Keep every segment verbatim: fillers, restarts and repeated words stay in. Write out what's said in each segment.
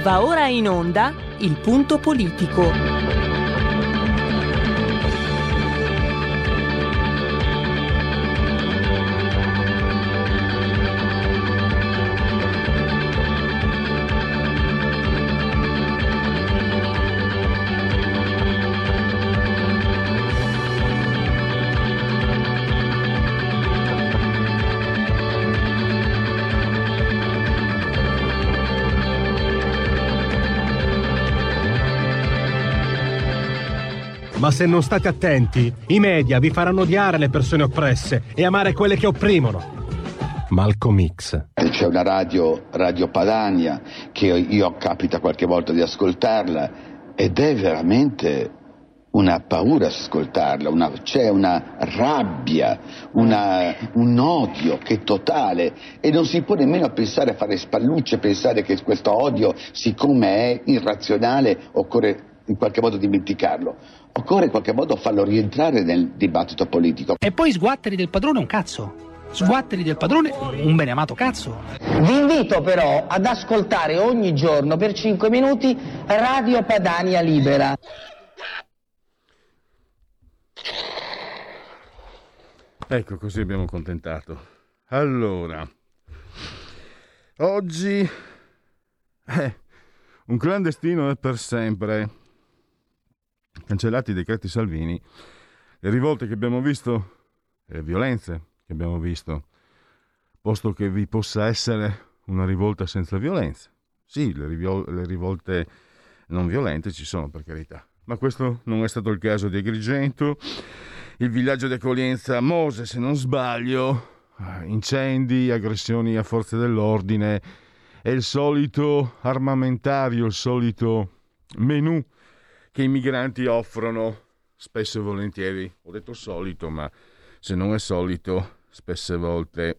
Va ora in onda Il Punto Politico. Ma se non state attenti, i media vi faranno odiare le persone oppresse e amare quelle che opprimono. Malcolm X. C'è una radio, Radio Padania, che io capita qualche volta di ascoltarla ed è veramente una paura ascoltarla, una, c'è una rabbia, una, un odio che è totale e non si può nemmeno pensare a fare spallucce, pensare che questo odio, siccome è irrazionale, occorre in qualche modo dimenticarlo. Occorre in qualche modo farlo rientrare nel dibattito politico. E poi sguatteri del padrone un cazzo. Sguatteri del padrone un beneamato cazzo. Vi invito però ad ascoltare ogni giorno per cinque minuti Radio Padania Libera. Ecco, così abbiamo contentato. Allora, oggi eh, un clandestino è per sempre. Cancellati i decreti Salvini, le rivolte che abbiamo visto, le violenze che abbiamo visto, posto che vi possa essere una rivolta senza violenza. Sì, le, rivol- le rivolte non violente ci sono, per carità, ma questo non è stato il caso di Agrigento, il villaggio di accoglienza Mose, se non sbaglio, incendi, aggressioni a forze dell'ordine e il solito armamentario, il solito menù che i migranti offrono spesso e volentieri. Ho detto solito, ma se non è solito, spesse volte.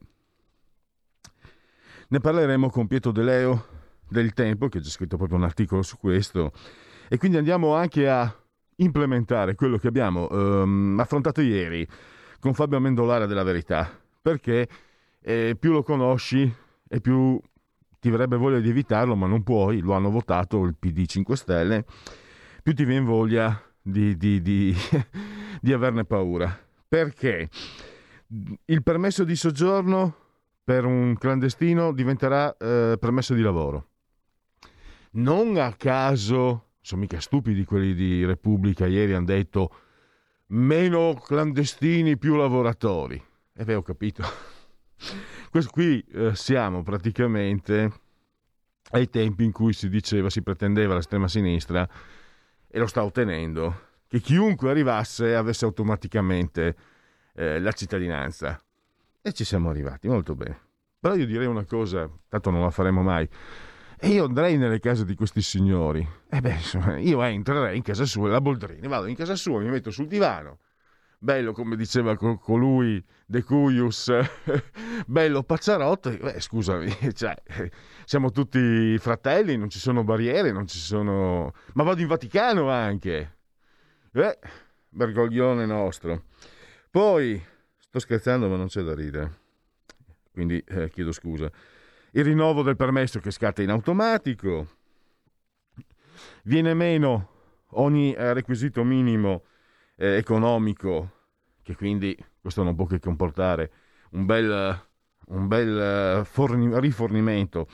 Ne parleremo con Pietro De Leo del Tempo, che ha già scritto proprio un articolo su questo, e quindi andiamo anche a implementare quello che abbiamo um, affrontato ieri con Fabio Amendolara della Verità, perché eh, più lo conosci e più ti verrebbe voglia di evitarlo, ma non puoi, lo hanno votato il P D cinque Stelle, più ti viene voglia di, di, di, di averne paura. Perché il permesso di soggiorno per un clandestino diventerà eh, permesso di lavoro. Non a caso, sono mica stupidi quelli di Repubblica, ieri hanno detto meno clandestini, più lavoratori. E beh, ho capito. Questo qui eh, siamo praticamente ai tempi in cui si diceva, si pretendeva l'estrema sinistra, e lo sta ottenendo, che chiunque arrivasse avesse automaticamente eh, la cittadinanza. E ci siamo arrivati, molto bene. Però io direi una cosa, tanto non la faremo mai, e io andrei nelle case di questi signori. E beh, insomma, io entrerei in casa sua, la Boldrini, vado in casa sua, mi metto sul divano, bello come diceva colui De Cuius, bello Pacciarotto, beh, scusami, cioè, siamo tutti fratelli, non ci sono barriere, non ci sono... Ma vado in Vaticano anche! Eh, vergoglione nostro. Poi, sto scherzando ma non c'è da ridere, quindi eh, chiedo scusa. Il rinnovo del permesso che scatta in automatico, viene meno ogni eh, requisito minimo eh, economico, che quindi questo non può che comportare un bel, un bel forni, rifornimento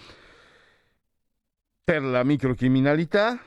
per la microcriminalità.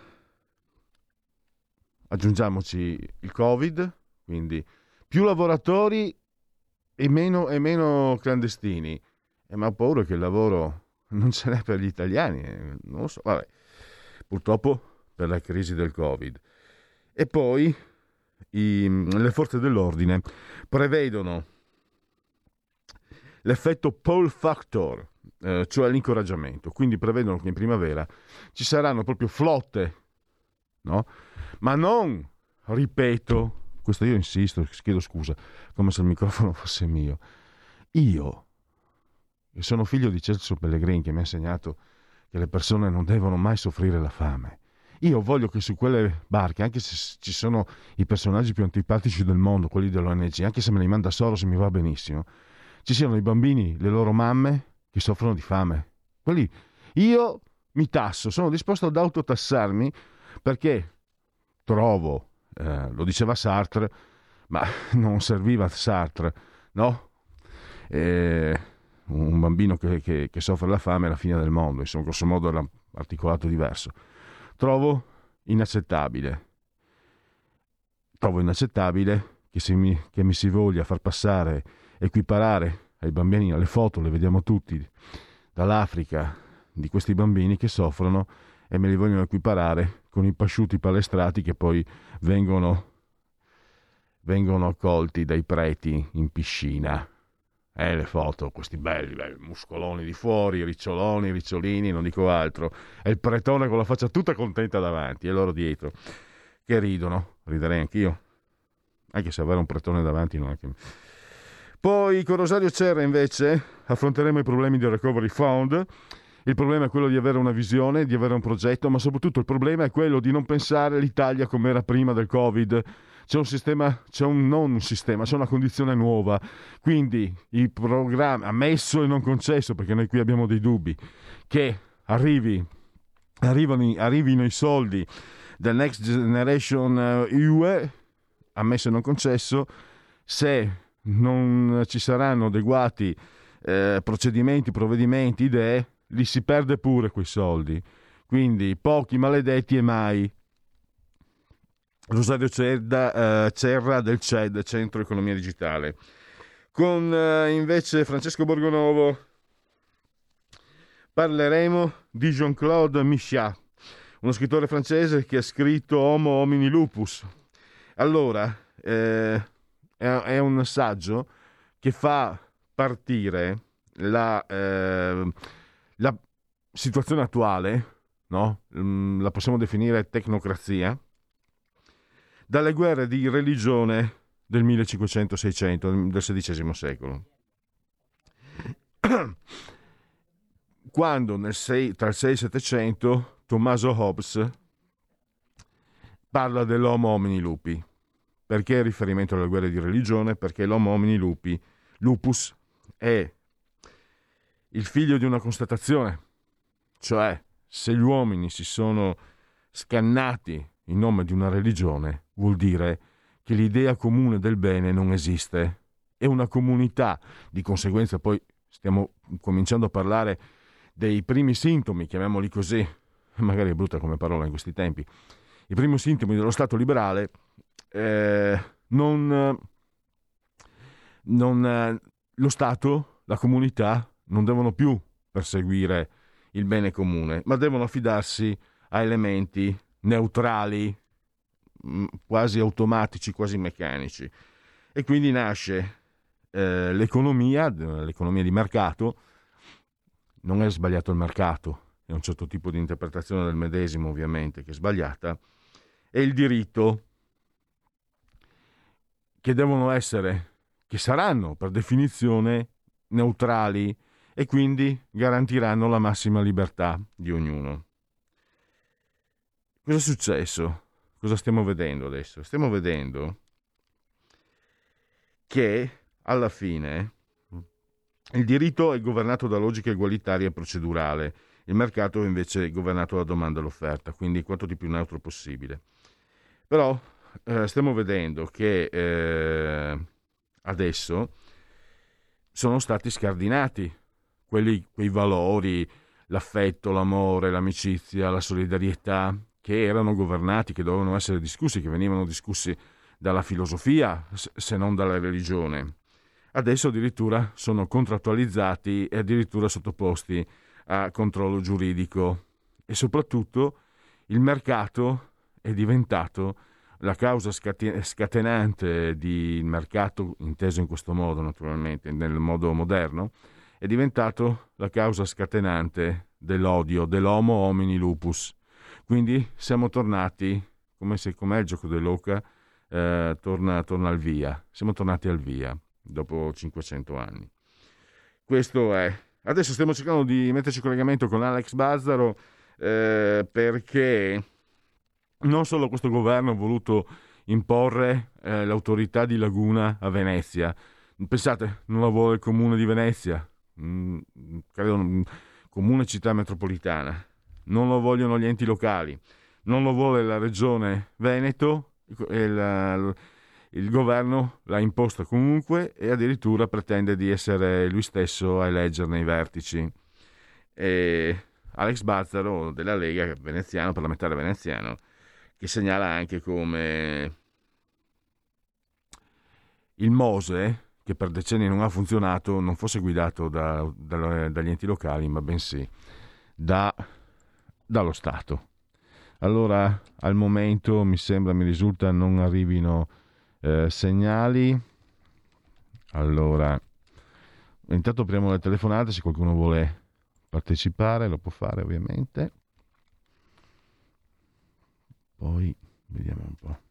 Aggiungiamoci il Covid, quindi più lavoratori e meno, e meno clandestini. Eh, ma ho paura che il lavoro non ce n'è per gli italiani, eh, non lo so, vabbè, purtroppo per la crisi del Covid. E poi i, le forze dell'ordine prevedono l'effetto pull factor, eh, cioè l'incoraggiamento, quindi prevedono che in primavera ci saranno proprio flotte, no? Ma non, ripeto, questo io insisto, chiedo scusa, come se il microfono fosse mio, io sono figlio di Celso Pellegrini, che mi ha insegnato che le persone non devono mai soffrire la fame. Io voglio che su quelle barche, anche se ci sono i personaggi più antipatici del mondo, quelli dell'O N G, anche se me li manda Soros mi va benissimo, ci siano i bambini, le loro mamme che soffrono di fame. Quelli, io mi tasso, sono disposto ad autotassarmi perché trovo, eh, lo diceva Sartre, ma non serviva Sartre, no? Eh, un bambino che, che, che soffre la fame è la fine del mondo, insomma, grosso modo era articolato diverso. Trovo inaccettabile, trovo inaccettabile che, se mi, che mi si voglia far passare, equiparare ai bambini, alle foto, le vediamo tutti, dall'Africa, di questi bambini che soffrono, e me li vogliono equiparare con i pasciuti palestrati che poi vengono, vengono accolti dai preti in piscina. Eh, le foto, questi belli, belli muscoloni di fuori, riccioloni, ricciolini, non dico altro, e il pretone con la faccia tutta contenta davanti e loro dietro che ridono. Riderei anch'io, anche se avere un pretone davanti non è che... Poi con Rosario Cerra invece affronteremo i problemi del Recovery Fund. Il problema è quello di avere una visione, di avere un progetto, ma soprattutto il problema è quello di non pensare l'Italia come era prima del Covid. C'è un sistema, c'è un non un sistema, c'è una condizione nuova. Quindi i programmi, ammesso e non concesso, perché noi qui abbiamo dei dubbi, che arrivi, arrivano, arrivino i soldi del Next Generation E U, ammesso e non concesso, se non ci saranno adeguati eh, procedimenti, provvedimenti, idee, li si perde pure quei soldi. Quindi pochi maledetti e mai. Rosario Cerda, eh, Cerra del C E D, Centro Economia Digitale. Con eh, invece Francesco Borgonovo parleremo di Jean-Claude Michat, uno scrittore francese che ha scritto Homo homini lupus. Allora, eh, è, è un saggio che fa partire la... Eh, la situazione attuale, no? La possiamo definire tecnocrazia, dalle guerre di religione del millecinquecento seicento, del sedicesimo secolo. Quando nel sei, tra il sei e il settecento Tommaso Hobbes parla dell'Homo homini lupi. Perché il riferimento alle guerre di religione? Perché l'Homo homini lupi, lupus, è il figlio di una constatazione, cioè se gli uomini si sono scannati in nome di una religione, vuol dire che l'idea comune del bene non esiste, è una comunità. Di conseguenza poi stiamo cominciando a parlare dei primi sintomi, chiamiamoli così, magari è brutta come parola in questi tempi, i primi sintomi dello Stato liberale. eh, non, non lo Stato, la comunità non devono più perseguire il bene comune, ma devono affidarsi a elementi neutrali, quasi automatici, quasi meccanici. E quindi nasce eh, l'economia, l'economia di mercato. Non è sbagliato il mercato, è un certo tipo di interpretazione del medesimo ovviamente che è sbagliata, e il diritto, che devono essere, che saranno per definizione neutrali, e quindi garantiranno la massima libertà di ognuno. Cosa è successo? Cosa stiamo vedendo adesso? Stiamo vedendo che alla fine il diritto è governato da logica egualitaria e procedurale, il mercato invece è governato da domanda e l'offerta, quindi quanto di più neutro possibile. Però eh, stiamo vedendo che eh, adesso sono stati scardinati quelli, quei valori, l'affetto, l'amore, l'amicizia, la solidarietà, che erano governati, che dovevano essere discussi, che venivano discussi dalla filosofia, se non dalla religione. Adesso addirittura sono contrattualizzati e addirittura sottoposti a controllo giuridico. E soprattutto il mercato è diventato la causa scatenante di mercato, inteso in questo modo naturalmente, nel modo moderno, è diventato la causa scatenante dell'odio, dell'homo homini lupus. Quindi siamo tornati, come se com'è il gioco dell'oca, eh, torna, torna al via. Siamo tornati al via dopo cinquecento anni. Questo è. Adesso stiamo cercando di metterci in collegamento con Alex Bazzaro eh, perché non solo questo governo ha voluto imporre eh, l'autorità di laguna a Venezia. Pensate, non la vuole il comune di Venezia, mm, credo comune città metropolitana. non lo vogliono gli enti locali, non lo vuole la regione Veneto, il, il governo l'ha imposta comunque e addirittura pretende di essere lui stesso a eleggerne i vertici. E Alex Bazzaro della Lega veneziano, parlamentare veneziano, che segnala anche come il Mose, che per decenni non ha funzionato, non fosse guidato da, da, dagli enti locali, ma bensì da, dallo Stato. Allora, al momento mi sembra, mi risulta, non arrivino eh, segnali. Allora, intanto apriamo le telefonate, se qualcuno vuole partecipare lo può fare ovviamente. Poi vediamo un po'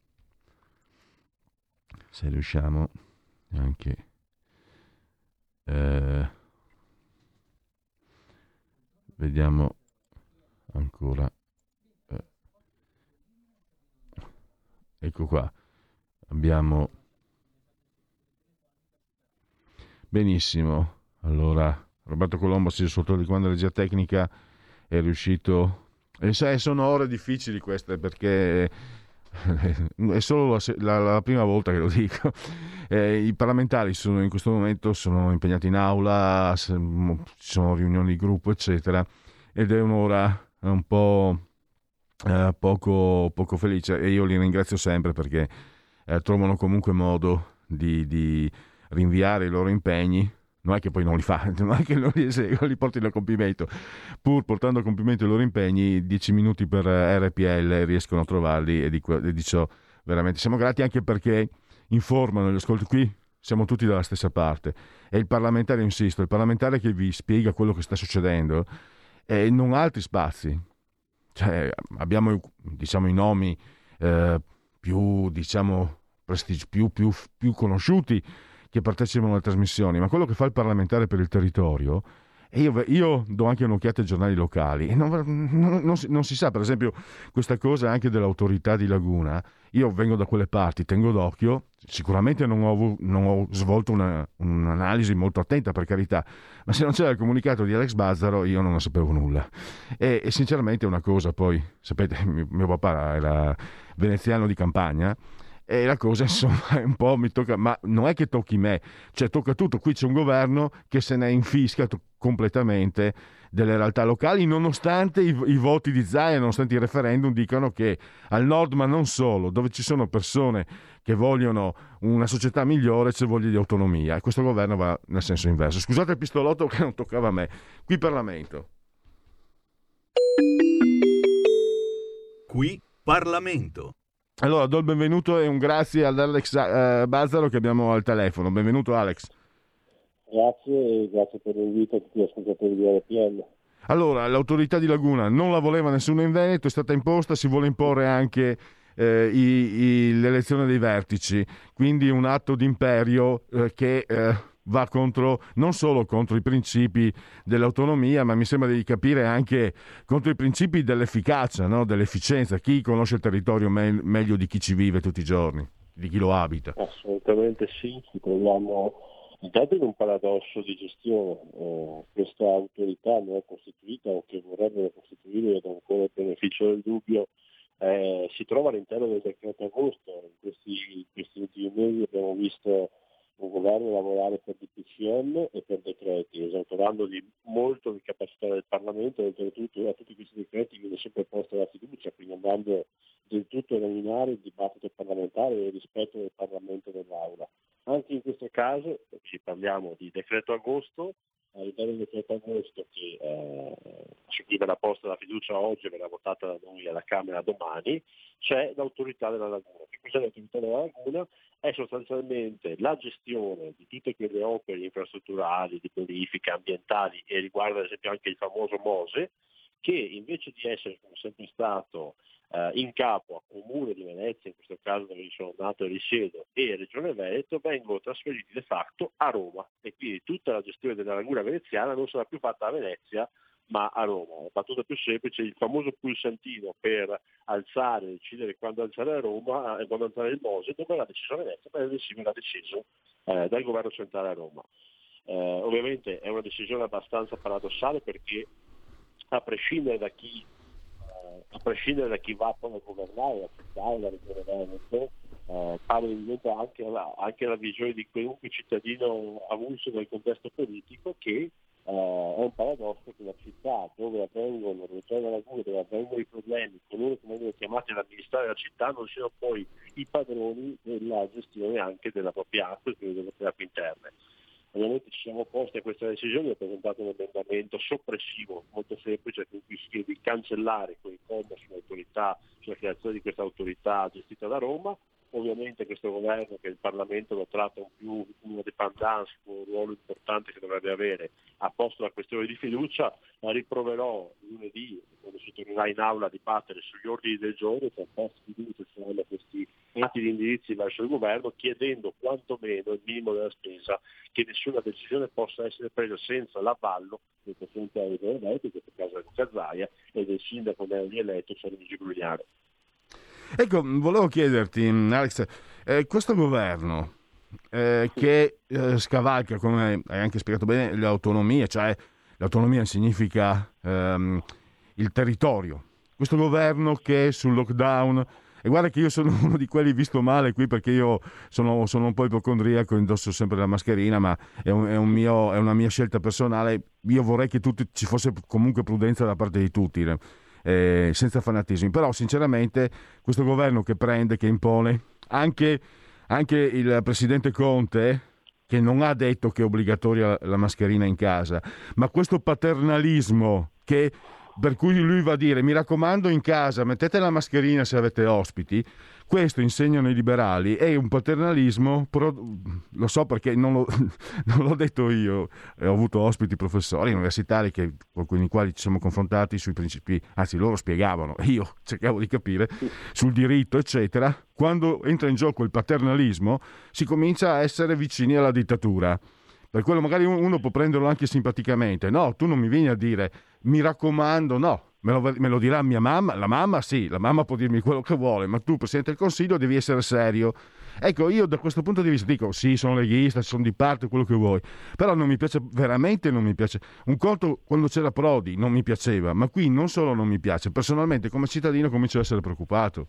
se riusciamo anche eh, vediamo ancora eh, ecco qua, abbiamo benissimo. Allora Roberto Colombo si è sotto di quando la regia tecnica è riuscito, e sai, sono ore difficili queste perché è solo la, la, la prima volta che lo dico. Eh, i parlamentari sono in questo momento sono impegnati in aula, ci sono riunioni di gruppo eccetera, ed è un'ora un po' eh, poco, poco felice, e io li ringrazio sempre perché eh, trovano comunque modo di, di rinviare i loro impegni. Non è che poi non li fa, non è che non li eseguono, li portino a compimento. Pur portando a compimento i loro impegni, dieci minuti per R P L riescono a trovarli, e di, e di ciò veramente siamo grati, anche perché informano gli ascolti. Qui siamo tutti dalla stessa parte, e il parlamentare, insisto, il parlamentare che vi spiega quello che sta succedendo e non ha altri spazi. Cioè, abbiamo, diciamo, i nomi eh, più, diciamo, prestig- più, più, più conosciuti che partecipano alle trasmissioni, ma quello che fa il parlamentare per il territorio, e io, io do anche un'occhiata ai giornali locali e non, non, non, si, non si sa, per esempio, questa cosa anche dell'autorità di Laguna. Io vengo da quelle parti, tengo d'occhio, sicuramente non ho, non ho svolto una, un'analisi molto attenta, per carità, ma se non c'era il comunicato di Alex Bazzaro io non ne sapevo nulla, e, e sinceramente è una cosa, poi sapete, mio, mio papà era veneziano di campagna, e la cosa insomma è un po' mi tocca, ma non è che tocchi me, cioè tocca tutto. Qui c'è un governo che se ne infisca completamente delle realtà locali, nonostante i, i voti di Zaia, nonostante i referendum dicano che al nord, ma non solo, dove ci sono persone che vogliono una società migliore, c'è voglia di autonomia, e questo governo va nel senso inverso. Scusate il pistolotto che non toccava a me. Qui Parlamento. Qui Parlamento. Allora, do il benvenuto e un grazie ad Alex uh, Bazzaro che abbiamo al telefono. Benvenuto Alex. Grazie e grazie per l'invito a tutti gli ascoltatori di R P L. Allora, l'autorità di Laguna non la voleva nessuno in Veneto, è stata imposta, si vuole imporre anche eh, i, i, l'elezione dei vertici, quindi un atto d'imperio eh, che eh, va contro, non solo contro i principi dell'autonomia, ma mi sembra di capire anche contro i principi dell'efficacia, no? Dell'efficienza. Chi conosce il territorio me- meglio di chi ci vive tutti i giorni, di chi lo abita? Assolutamente sì, ci troviamo intanto in un paradosso di gestione. Eh, questa autorità non è costituita, o che vorrebbero costituire, ed ancora il beneficio del dubbio, eh, si trova all'interno del decreto agosto. In questi, in questi ultimi mesi abbiamo visto un governo lavorare per D P C M e per decreti, esautorando di molto le capacità del Parlamento, e oltretutto a tutti questi decreti viene sempre posta la fiducia, quindi andando del tutto a eliminare il dibattito parlamentare e il rispetto del Parlamento e dell'Aula. Anche in questo caso ci parliamo di decreto agosto, all'interno del decreto agosto che, eh, su cui verrà posta la fiducia oggi e verrà votata da noi alla Camera domani, c'è l'autorità della Laguna. Che cos'è l'autorità della Laguna? È sostanzialmente la gestione di tutte quelle opere infrastrutturali, di bonifica, ambientali, e riguarda ad esempio anche il famoso Mose, che invece di essere, come sempre stato, eh, in capo a Comune di Venezia, in questo caso dove sono nato e risiedo, e Regione Veneto, vengono trasferiti de facto a Roma, e quindi tutta la gestione della laguna veneziana non sarà più fatta a Venezia ma a Roma. La battuta più semplice: il famoso pulsantino per alzare, decidere quando alzare a Roma e quando alzare il Mose non verrà deciso a Venezia, ma verrà deciso eh, dal governo centrale a Roma. Eh, ovviamente è una decisione abbastanza paradossale, perché a prescindere da chi a prescindere da chi va poi a governare, la città, la regione Veneto, eh, pare evidente anche la, anche la visione di qualunque cittadino avulso nel contesto politico che Uh, è un paradosso che la città dove avvengono, dove c'è la laguna, dove avvengono i problemi, coloro che vengono chiamati ad amministrare la città non siano poi i padroni della gestione anche della propria acqua e delle proprie acque interne. Ovviamente ci siamo posti a questa decisione, ho presentato un emendamento soppressivo molto semplice con cui si chiede di cancellare quei commi sull'autorità, sulla creazione di questa autorità gestita da Roma. Ovviamente questo governo, che il Parlamento lo tratta un più una dependance, un ruolo importante che dovrebbe avere, ha posto la questione di fiducia, la riproverò lunedì quando si tornerà in aula a dibattere sugli ordini del giorno, per posti di fiducia saranno questi atti di indirizzi verso il governo, chiedendo quantomeno il minimo della spesa, che nessuna decisione possa essere presa senza l'avallo del Presidente della Regione Veneto, in questo caso è Luca Zaia, e del sindaco neoeletto rieletto Luigi Giuliano. Ecco, volevo chiederti, Alex, eh, questo governo eh, che eh, scavalca, come hai anche spiegato bene, le autonomie, cioè l'autonomia significa ehm, il territorio, questo governo che sul lockdown, e guarda che io sono uno di quelli visto male qui perché io sono, sono un po' ipocondriaco, indosso sempre la mascherina, ma è, un, è, un mio, è una mia scelta personale, io vorrei che tutti, ci fosse comunque prudenza da parte di tutti, Eh, senza fanatismi, però sinceramente questo governo che prende, che impone, anche, anche il presidente Conte, che non ha detto che è obbligatoria la mascherina in casa, ma questo paternalismo che, per cui lui va a dire mi raccomando in casa mettete la mascherina se avete ospiti, questo insegnano i liberali, è un paternalismo, però, lo so perché non, lo, non l'ho detto io, ho avuto ospiti professori universitari che, con i quali ci siamo confrontati sui principi, anzi loro spiegavano, io cercavo di capire, sul diritto eccetera. Quando entra in gioco il paternalismo si comincia a essere vicini alla dittatura. Per quello magari uno può prenderlo anche simpaticamente, no, tu non mi vieni a dire mi raccomando, no, me lo, me lo dirà mia mamma, la mamma sì, la mamma può dirmi quello che vuole, ma tu Presidente del Consiglio devi essere serio. Ecco, io da questo punto di vista dico sì, sono leghista, sono di parte, quello che vuoi, però non mi piace, veramente non mi piace. Un conto quando c'era Prodi non mi piaceva, ma qui non solo non mi piace, personalmente come cittadino comincio ad essere preoccupato.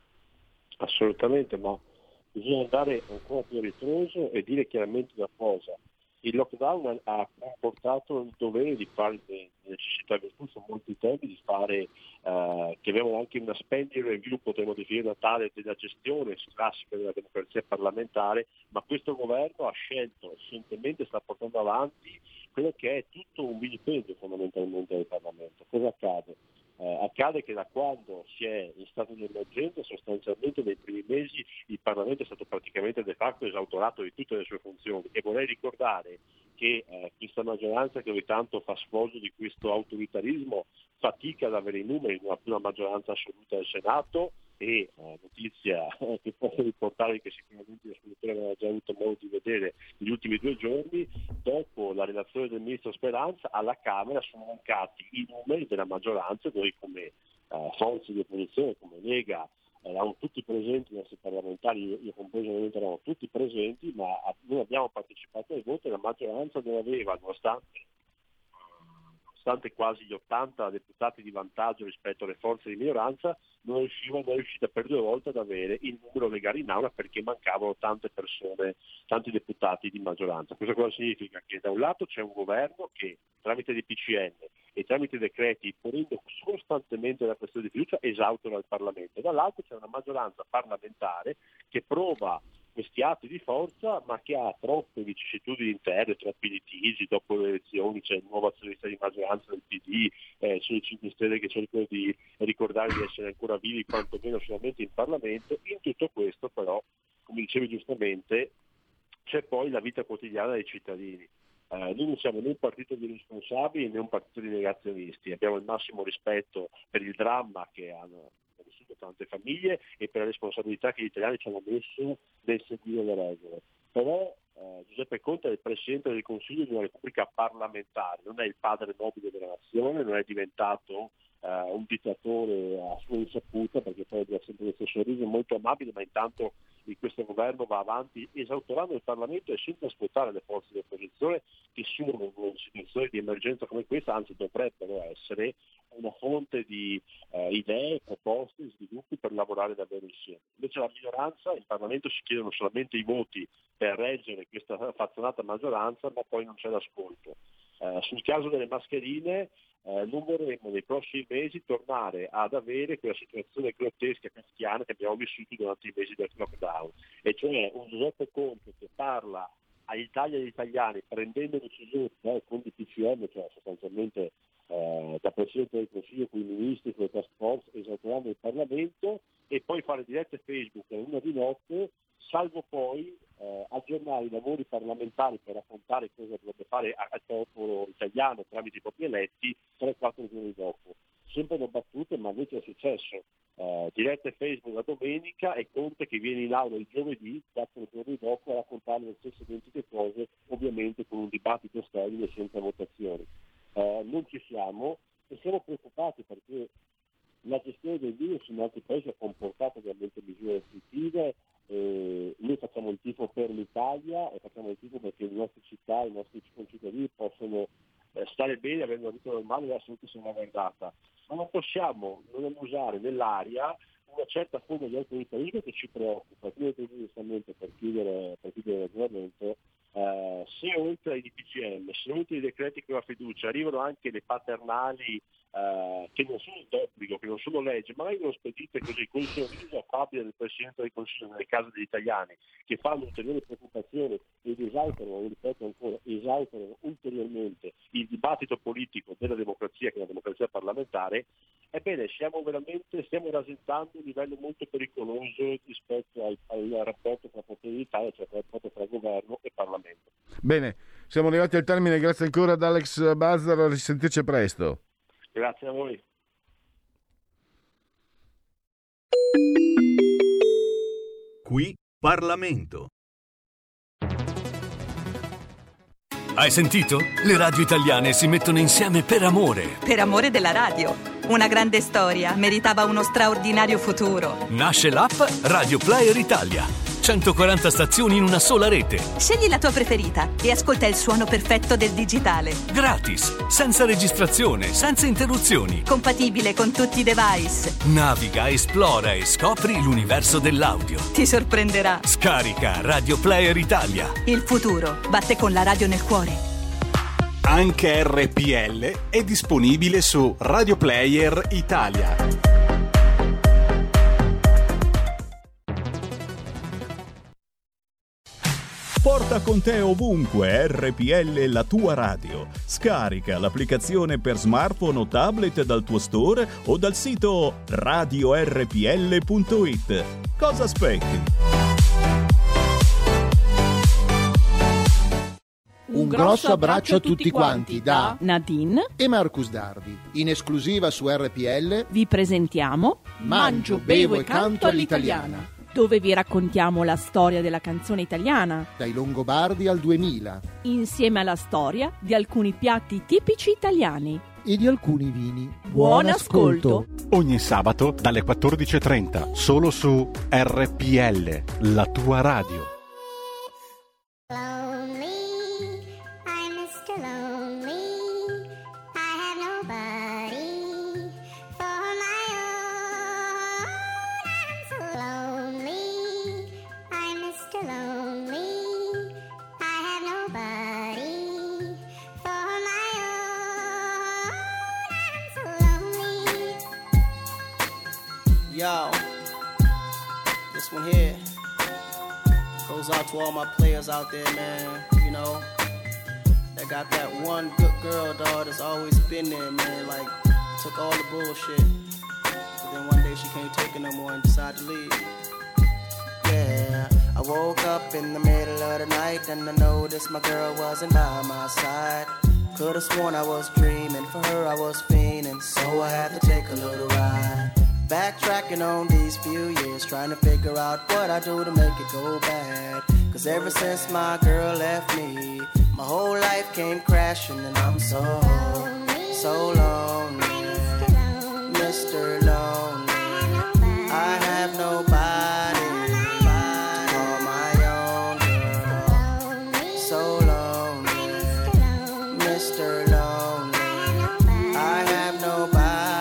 Assolutamente, ma bisogna andare ancora più a ritroso e dire chiaramente una cosa. Il lockdown ha comportato il dovere di fare le necessità virtù, sono molti temi di fare, eh, che avevano anche una spending review, potremmo definire tale, della gestione classica della democrazia parlamentare, ma questo governo ha scelto, scientemente sta portando avanti quello che è tutto un vilipendio fondamentalmente del Parlamento. Cosa accade? Eh, accade che da quando si è in stato di emergenza sostanzialmente nei primi mesi il Parlamento è stato praticamente de facto esautorato di tutte le sue funzioni, e vorrei ricordare che eh, questa maggioranza che ogni tanto fa sfoggio di questo autoritarismo fatica ad avere i numeri, non ha più una maggioranza assoluta del Senato, e eh, notizia eh, che posso riportare, che sicuramente il ascoltatore aveva già avuto modo di vedere negli ultimi due giorni, dopo la relazione del ministro Speranza alla Camera sono mancati i numeri della maggioranza. Noi come eh, forze di opposizione, come Lega, eravamo tutti presenti, i nostri parlamentari, io, io compreso ovviamente, eravamo tutti presenti, ma noi abbiamo partecipato ai voti e la maggioranza non aveva, nonostante nonostante quasi gli ottanta deputati di vantaggio rispetto alle forze di minoranza, non riusciva, non è riuscita per due volte ad avere il numero legale in aula perché mancavano tante persone, tanti deputati di maggioranza. Questo cosa significa? Che da un lato c'è un governo che tramite dei P C N e tramite decreti, ponendo costantemente la questione di fiducia, esautora il Parlamento, dall'altro c'è una maggioranza parlamentare che prova questi atti di forza, ma che ha troppe vicissitudini interne, troppi litigi. Dopo le elezioni c'è il nuovo azionista di maggioranza del P D, eh, sono i cinque Stelle che cercano di ricordare di essere ancora vivi quantomeno solamente in Parlamento. In tutto questo però, come dicevi giustamente, c'è poi la vita quotidiana dei cittadini. Eh, noi non siamo né un partito di responsabili né un partito di negazionisti, abbiamo il massimo rispetto per il dramma che hanno vissuto tante famiglie e per la responsabilità che gli italiani ci hanno messo nel seguire le regole. Però eh, Giuseppe Conte è il Presidente del Consiglio di una Repubblica parlamentare, non è il padre nobile della nazione, non è diventato eh, un dittatore a sua insaputa, perché poi ha sempre lo stesso sorriso, molto amabile, ma intanto di questo governo va avanti esautorando il Parlamento e senza ascoltare le forze di opposizione che sono in una situazione di emergenza come questa, anzi dovrebbero essere una fonte di eh, idee, proposte, sviluppi per lavorare davvero insieme. Invece la minoranza, in Parlamento si chiedono solamente i voti per reggere questa fazzonata maggioranza, ma poi non c'è l'ascolto. Eh, sul caso delle mascherine eh, non vorremmo nei prossimi mesi tornare ad avere quella situazione grottesca cristiana che abbiamo vissuto durante i mesi del lockdown, e cioè un Giuseppe Conte che parla all'Italia e agli italiani prendendo decisioni eh, con il P C M, cioè sostanzialmente eh, da Presidente del Consiglio con i ministri, con le task force, esaltando il Parlamento, e poi fare dirette Facebook a una di notte, salvo poi eh, aggiornare i lavori parlamentari per raccontare cosa dovrebbe fare al popolo italiano tramite i propri eletti tre quattro giorni dopo. Sempre non battute, ma invece è successo. Eh, dirette Facebook la domenica e Conte che viene in aula il giovedì, quattro giorni dopo, a raccontare le stesse identiche cose, ovviamente con un dibattito sterile senza votazioni. Eh, non ci siamo e siamo preoccupati perché la gestione del virus in altri paesi ha comportato ovviamente misure restrittive. Eh, noi facciamo il tifo per l'Italia e facciamo il tifo perché le nostre città, i nostri concittadini possono eh, stare bene, avere una vita normale e la salute salvaguardata, ma non possiamo non usare nell'aria una certa forma di autoritarismo che ci preoccupa. Quindi giustamente per chiudere, per chiudere il ragionamento, eh, se oltre ai D P G M, se oltre ai decreti con la fiducia arrivano anche le paternali Uh, che non sono d'obbligo, che non sono legge, ma vengono spedite così con il sorriso affabile del Presidente del Consiglio nelle case degli italiani, che fanno ulteriore preoccupazione ed esaltano, ripeto ancora, esaltano ulteriormente il dibattito politico della democrazia, che è la democrazia parlamentare, ebbene siamo veramente, stiamo rasentando un livello molto pericoloso rispetto al, al rapporto tra poteri d'Italia, cioè il rapporto tra governo e Parlamento. Bene, siamo arrivati al termine, grazie ancora ad Alex Bazzaro, a risentirci presto. Grazie a voi. Qui Parlamento. Hai sentito? Le radio italiane si mettono insieme per amore. Per amore della radio. Una grande storia meritava uno straordinario futuro. Nasce l'app Radio Player Italia. centoquaranta stazioni in una sola rete. Scegli la tua preferita e ascolta il suono perfetto del digitale. Gratis, senza registrazione, senza interruzioni. Compatibile con tutti i device. Naviga, esplora e scopri l'universo dell'audio. Ti sorprenderà. Scarica Radio Player Italia. Il futuro batte con la radio nel cuore. Anche R P L è disponibile su Radio Player Italia. Porta con te ovunque R P L, la tua radio. Scarica l'applicazione per smartphone o tablet dal tuo store o dal sito radio r p l punto i t. Cosa aspetti? Un grosso abbraccio a tutti quanti da Nadine e Marcus Dardi. In esclusiva su R P L vi presentiamo Mangio, bevo e canto all'italiana, dove vi raccontiamo la storia della canzone italiana, dai Longobardi al duemila, insieme alla storia di alcuni piatti tipici italiani e di alcuni vini. Buon, Buon ascolto. ascolto! Ogni sabato dalle quattordici e trenta, solo su R P L, la tua radio. Yo, this one here goes out to all my players out there, man. You know, that got that one good girl, dog, that's always been there, man. Like, took all the bullshit, but then one day she can't take it no more and decided to leave. Yeah, I woke up in the middle of the night and I noticed my girl wasn't by my side. Could've sworn I was dreaming, for her I was fiending, so I had to take a little ride. Backtracking on these few years, trying to figure out what I do to make it go bad. Cause ever since my girl left me, my whole life came crashing and I'm so, so lonely, Mister Lonely. I have nobody to call my own girl. So lonely, Mister Lonely. I have nobody.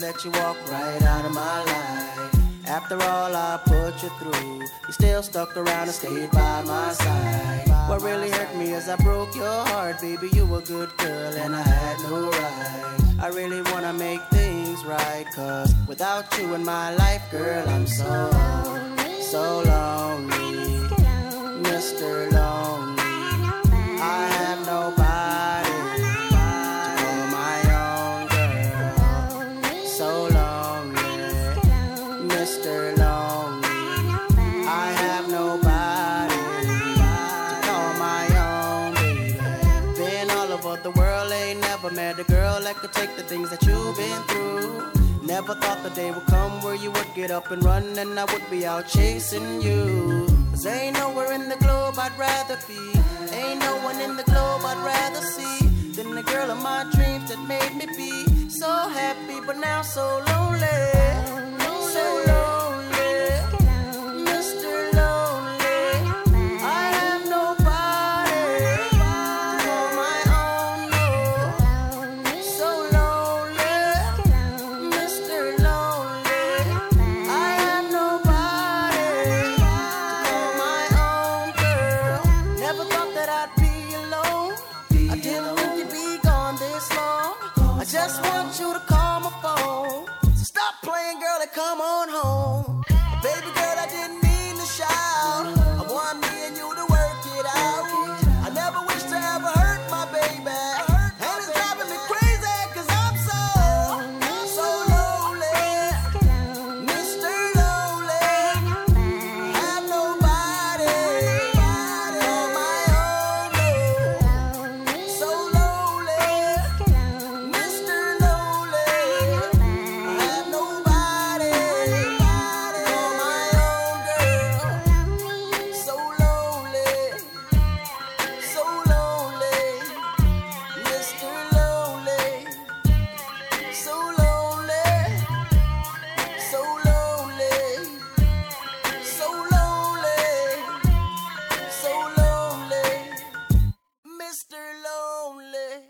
let you walk right out of my life. After all I put you through, you still stuck around and stayed by my side. What really hurt me is I broke your heart, baby, you were a good girl and I had no right. I really wanna make things right, cause without you in my life, girl, I'm so, so lonely, Mister Lonely. I have nobody to call my own girl. So lonely, Mister Lonely. I have nobody to call my own baby. Been all over the world, ain't never met a girl that could take the things that you've been through. Never thought the day would come where you would get up and run and I would be out chasing you. Cause ain't nowhere in the globe I'd rather be, ain't no one in the globe I'd rather see than the girl of my dreams that made me be so happy but now so lonely, so lonely, Mister Lonely. I have nobody to call my own, no. So lonely, Mister Lonely. I have nobody to call my own girl. Never thought that I'd be alone. I didn't think you'd be gone this long. I just want you to call my phone. So stop playing, girl, and come on home. Baby girl, I didn't mean to shout. I want me and you to work it out. I never wish to ever hurt my baby, and it's driving me crazy cause I'm so, so lonely, Mister Lonely. Have nobody to call my own, no. So lonely, Mister Lonely. I have nobody to call my own girl. So lonely, so lonely, Mister Lonely. So lonely, so lonely, so lonely, so lonely, Mister Lonely.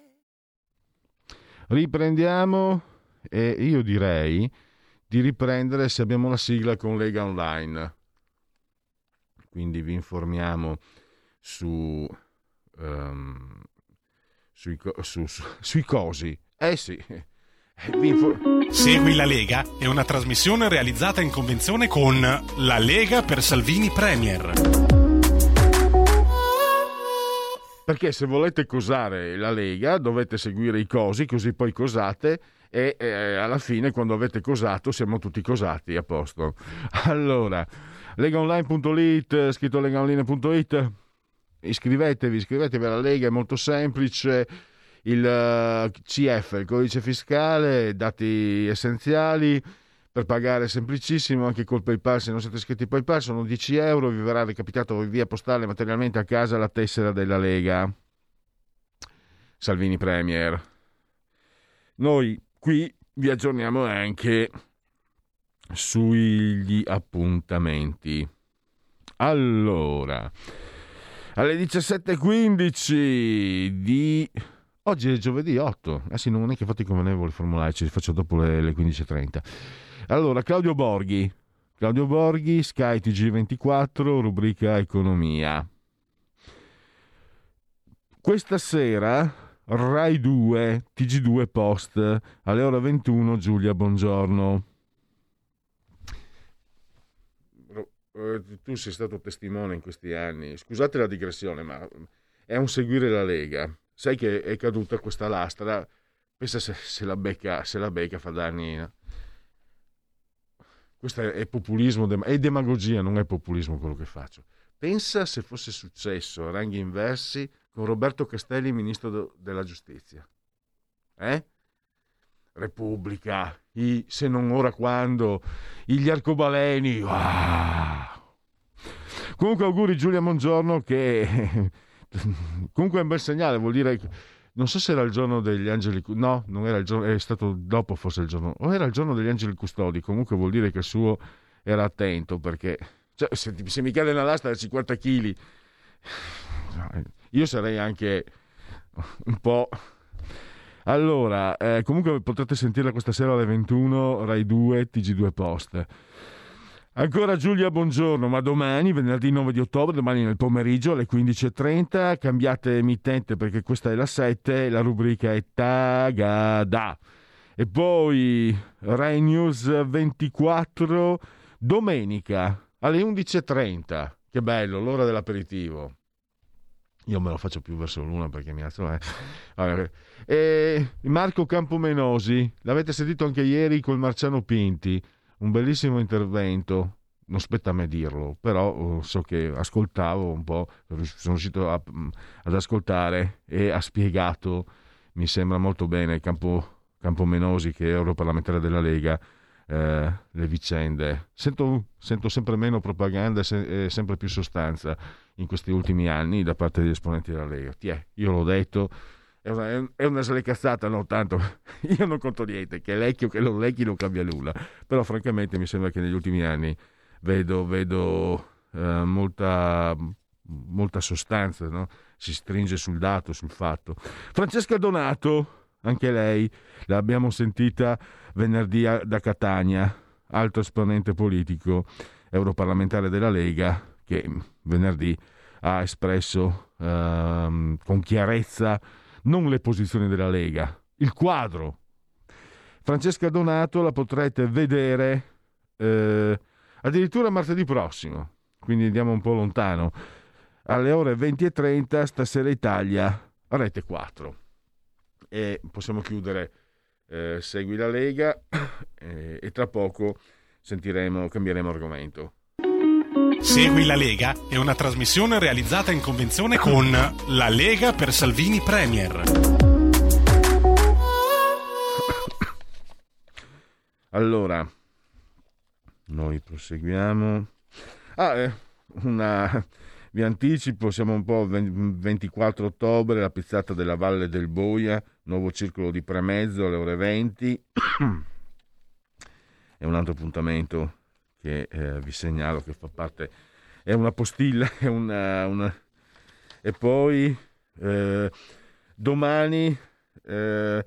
Riprendiamo e io direi di riprendere, se abbiamo la sigla, con Lega Online. Quindi vi informiamo su, um, sui, co- su, su, sui cosi. Eh sì. Eh, vi infor- Segui la Lega è una trasmissione realizzata in convenzione con La Lega per Salvini Premier. Perché se volete cosare la Lega dovete seguire i cosi, così poi cosate e eh, alla fine, quando avete cosato, siamo tutti cosati, a posto. Allora, legaonline punto it, scritto legaonline punto it, iscrivetevi, iscrivetevi alla Lega, è molto semplice. Il uh, C F, il codice fiscale, dati essenziali per pagare, semplicissimo, anche col PayPal. Se non siete iscritti al PayPal sono dieci euro, vi verrà recapitato via postale materialmente a casa la tessera della Lega Salvini Premier. Noi qui vi aggiorniamo anche sugli appuntamenti. Allora, alle diciassette e quindici di oggi è giovedì otto. Ah sì, non è che fate i convenevoli formulari, ci faccio dopo le, le quindici e trenta. Allora, Claudio Borghi, Claudio Borghi, Sky T G ventiquattro, rubrica Economia. Questa sera Rai due, T G due Post, alle ore ventuno, Giulia Bongiorno. Tu sei stato testimone in questi anni, scusate la digressione, ma è un seguire la Lega. Sai che è caduta questa lastra, pensa se, se la becca, se la becca fa danni. No? Questo è populismo, è demagogia, non è populismo quello che faccio. Pensa se fosse successo a ranghi inversi con Roberto Castelli, ministro della giustizia. Eh? Repubblica, i se non ora quando, gli arcobaleni. Wow. Comunque auguri Giulia Bongiorno, che comunque è un bel segnale, vuol dire che non so se era il giorno degli angeli, no, non era il giorno, è stato dopo forse il giorno, o era il giorno degli angeli custodi. Comunque vuol dire che il suo era attento, perché cioè, se, se mi cade una lastra da cinquanta chili io sarei anche un po' Allora, eh, comunque potrete sentirla questa sera alle ventuno, Rai due, T G due Post. Ancora Giulia, buongiorno, ma domani, venerdì nove di ottobre, domani nel pomeriggio alle quindici e trenta, cambiate emittente perché questa è la sette, la rubrica è Tagada. E poi Rai News ventiquattro, domenica alle undici e trenta, che bello, l'ora dell'aperitivo. Io me lo faccio più verso l'una perché mi alzo. Eh. Allora, e Marco Campomenosi, l'avete sentito anche ieri col Marciano Pinti, un bellissimo intervento, non spetta a me dirlo, però so che ascoltavo un po', sono riuscito a, ad ascoltare e ha spiegato, mi sembra molto bene, Campo, Campomenosi, che è europarlamentare della Lega, eh, le vicende. Sento, sento sempre meno propaganda e se, sempre più sostanza in questi ultimi anni da parte degli esponenti della Lega. Tiè, io l'ho detto, è una, è una slecazzata, no tanto, io non conto niente, che lecchi o che non lecchi non cambia nulla, però francamente mi sembra che negli ultimi anni vedo, vedo eh, molta, molta sostanza, no? Si stringe sul dato, sul fatto. Francesca Donato, anche lei l'abbiamo sentita venerdì da Catania, alto esponente politico europarlamentare della Lega, che venerdì ha espresso ehm, con chiarezza non le posizioni della Lega, il quadro. Francesca Donato la potrete vedere eh, addirittura martedì prossimo, quindi andiamo un po' lontano, alle ore venti e trenta, Stasera Italia, Rete quattro. E possiamo chiudere eh, Segui la Lega eh, e tra poco sentiremo, cambieremo argomento. Segui la Lega è una trasmissione realizzata in convenzione con La Lega per Salvini Premier. Allora, noi proseguiamo. Ah, eh, una... vi anticipo, siamo un po' ventiquattro ottobre, la pizzata della Valle del Boia, nuovo circolo di Premezzo alle ore venti. È un altro appuntamento che eh, vi segnalo, che fa parte, è una postilla, è una, una... e poi eh, domani eh,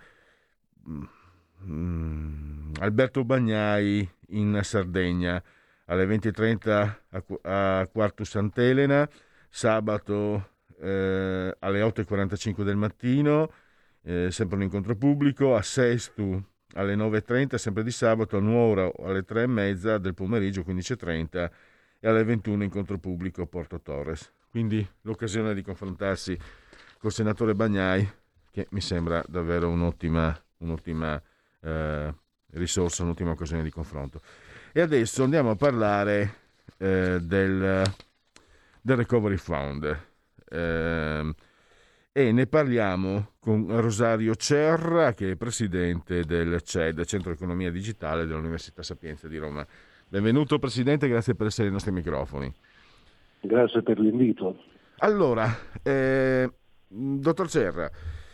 mh, Alberto Bagnai in Sardegna alle venti e trenta a, a Quartu Sant'Elena, sabato eh, alle otto e quarantacinque del mattino, eh, sempre un incontro pubblico, a Sestu alle nove e trenta, sempre di sabato, a Nuora alle tre e mezza del pomeriggio, quindici e trenta, e alle ventuno incontro pubblico a Porto Torres. Quindi l'occasione di confrontarsi col senatore Bagnai, che mi sembra davvero un'ottima, un'ottima eh, risorsa, un'ottima occasione di confronto. E adesso andiamo a parlare eh, del, del Recovery Fund. Eh, e ne parliamo con Rosario Cerra, che è presidente del C E D, Centro Economia Digitale dell'Università Sapienza di Roma. Benvenuto Presidente, grazie per essere ai nostri microfoni. Grazie per l'invito. Allora, eh, dottor Cerra,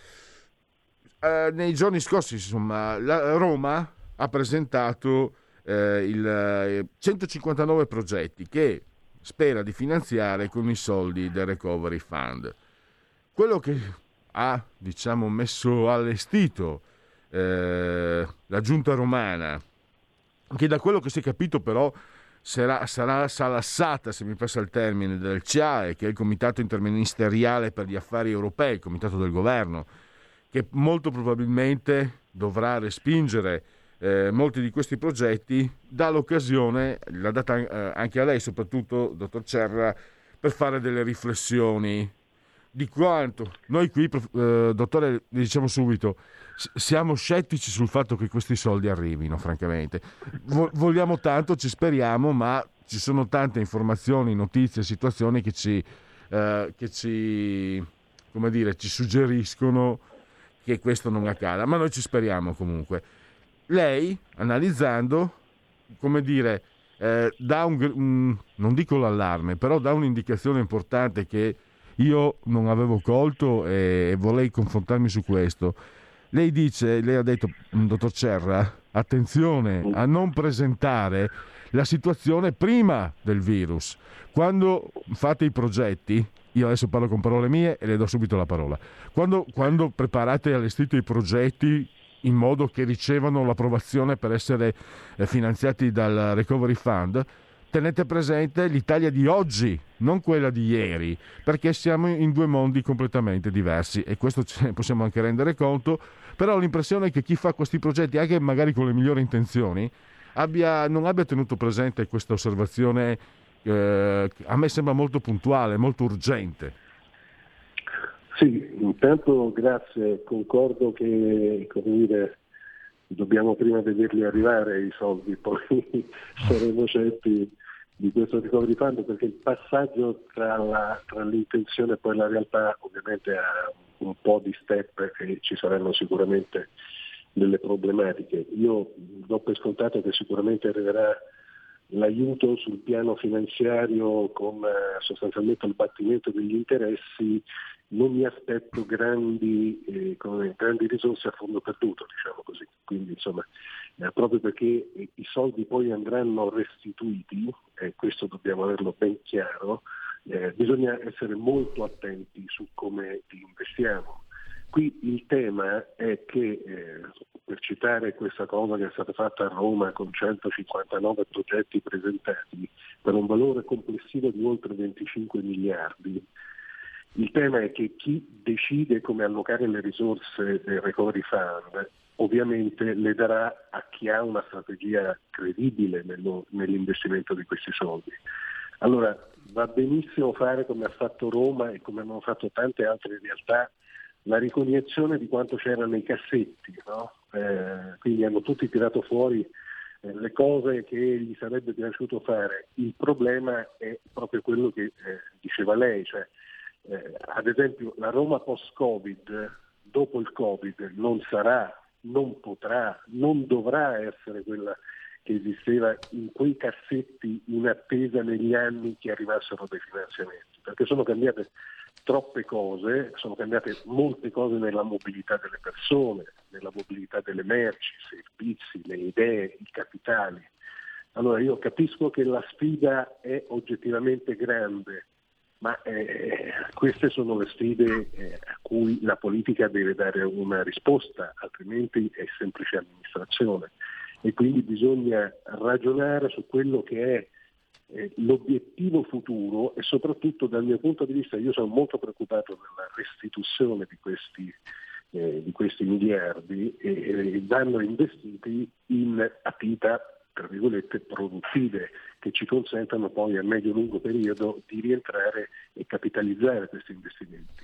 eh, nei giorni scorsi, insomma, la Roma ha presentato eh, il eh, centocinquantanove progetti che spera di finanziare con i soldi del Recovery Fund. Quello che ha, diciamo, messo allestito eh, la giunta romana, che da quello che si è capito però sarà, sarà salassata, se mi passa il termine, del C A E, che è il Comitato Interministeriale per gli Affari Europei, il Comitato del Governo, che molto probabilmente dovrà respingere eh, molti di questi progetti, dà l'occasione, l'ha data eh, anche a lei soprattutto, dottor Cerra, per fare delle riflessioni di quanto noi qui, eh, dottore, vi diciamo subito, siamo scettici sul fatto che questi soldi arrivino, francamente. Vo- vogliamo tanto, ci speriamo, ma ci sono tante informazioni, notizie, situazioni che ci, eh, che ci, come dire, ci suggeriscono che questo non accada, ma noi ci speriamo comunque. Lei, analizzando, come dire, eh, dà un, un, non dico l'allarme, però dà un'indicazione importante che io non avevo colto e vorrei confrontarmi su questo. Lei dice, lei ha detto, dottor Cerra, attenzione a non presentare la situazione prima del virus. Quando fate i progetti, io adesso parlo con parole mie e le do subito la parola. Quando, quando preparate e allestite i progetti in modo che ricevano l'approvazione per essere eh, finanziati dal Recovery Fund, tenete presente l'Italia di oggi, non quella di ieri, perché siamo in due mondi completamente diversi e questo ce ne possiamo anche rendere conto, però ho l'impressione che chi fa questi progetti, anche magari con le migliori intenzioni, abbia, non abbia tenuto presente questa osservazione eh, a me sembra molto puntuale, molto urgente. Sì, intanto grazie, concordo che, come dire, dobbiamo prima vederli arrivare i soldi, poi saremo certi di questo recovery fund, perché il passaggio tra, la, tra l'intenzione e poi la realtà ovviamente ha un po' di step e ci saranno sicuramente delle problematiche. Io do per scontato che sicuramente arriverà l'aiuto sul piano finanziario con eh, sostanzialmente il battimento degli interessi. Non mi aspetto grandi, eh, come, grandi risorse a fondo perduto, diciamo così. Quindi insomma, eh, proprio perché eh, i soldi poi andranno restituiti, e eh, questo dobbiamo averlo ben chiaro, eh, bisogna essere molto attenti su come li investiamo. Qui il tema è che, eh, per citare questa cosa che è stata fatta a Roma con centocinquantanove progetti presentati per un valore complessivo di oltre venticinque miliardi, il tema è che chi decide come allocare le risorse del Recovery Fund ovviamente le darà a chi ha una strategia credibile nello, nell'investimento di questi soldi. Allora va benissimo fare come ha fatto Roma e come hanno fatto tante altre realtà, la ricognizione di quanto c'era nei cassetti, no? Eh, quindi hanno tutti tirato fuori eh, le cose che gli sarebbe piaciuto fare. Il problema è proprio quello che eh, diceva lei, cioè eh, ad esempio la Roma post-Covid, dopo il Covid, non sarà, non potrà, non dovrà essere quella che esisteva in quei cassetti in attesa negli anni che arrivassero dei finanziamenti, perché sono cambiate troppe cose, sono cambiate molte cose nella mobilità delle persone, nella mobilità delle merci, i servizi, le idee, i capitali. Allora io capisco che la sfida è oggettivamente grande, ma eh, queste sono le sfide eh, a cui la politica deve dare una risposta, altrimenti è semplice amministrazione. E quindi bisogna ragionare su quello che è eh, l'obiettivo futuro e soprattutto dal mio punto di vista io sono molto preoccupato della restituzione di questi, eh, di questi miliardi e, e vanno investiti in attività tra virgolette produttive che ci consentano poi a medio-lungo periodo di rientrare e capitalizzare questi investimenti.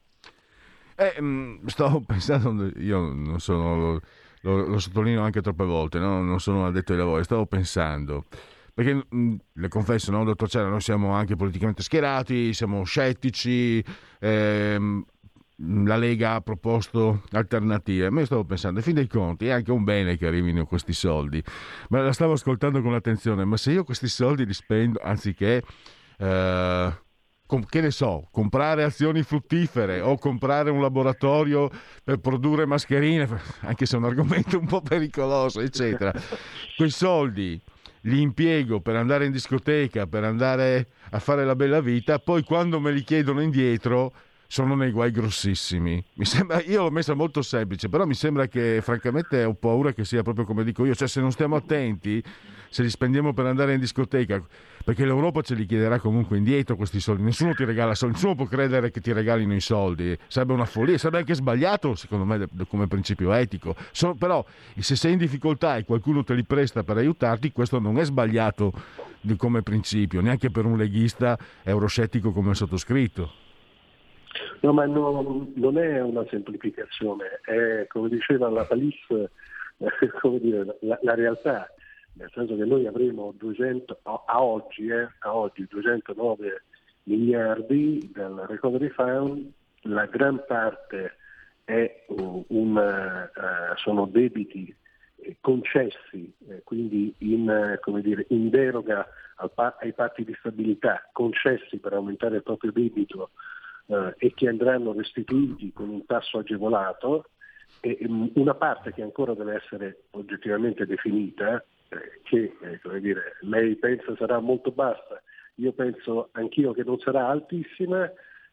Eh, mh, stavo pensando, io non sono... Lo, lo sottolineo anche troppe volte, no? Non sono addetto ai lavori, stavo pensando, perché mh, le confesso, no, dottor Cera, noi siamo anche politicamente schierati, siamo scettici, ehm, la Lega ha proposto alternative, ma io stavo pensando, in fin dei conti è anche un bene che arrivino questi soldi, ma la stavo ascoltando con attenzione, ma se io questi soldi li spendo, anziché... Eh, che ne so, comprare azioni fruttifere o comprare un laboratorio per produrre mascherine, anche se è un argomento un po' pericoloso, eccetera. Quei soldi li impiego per andare in discoteca, per andare a fare la bella vita, poi quando me li chiedono indietro sono nei guai grossissimi. Mi sembra, io l'ho messa molto semplice, però mi sembra che francamente ho paura che sia proprio come dico io, cioè se non stiamo attenti, se li spendiamo per andare in discoteca, perché l'Europa ce li chiederà comunque indietro questi soldi, nessuno ti regala soldi, nessuno può credere che ti regalino i soldi, sarebbe una follia, sarebbe anche sbagliato secondo me come principio etico, so, però se sei in difficoltà e qualcuno te li presta per aiutarti, questo non è sbagliato come principio, neanche per un leghista euroscettico come il sottoscritto. No, ma no, non è una semplificazione, è come diceva la Palisse, eh, come dire, la, la realtà, nel senso che noi avremo duecento a oggi, eh, a oggi duecentonove miliardi dal Recovery Fund, la gran parte è un, un, uh, sono debiti concessi, eh, quindi in, come dire, in deroga al pa- ai patti di stabilità, concessi per aumentare il proprio debito Uh, e che andranno restituiti con un tasso agevolato, e um, una parte che ancora deve essere oggettivamente definita, eh, che eh, come dire, lei pensa sarà molto bassa, io penso anch'io che non sarà altissima,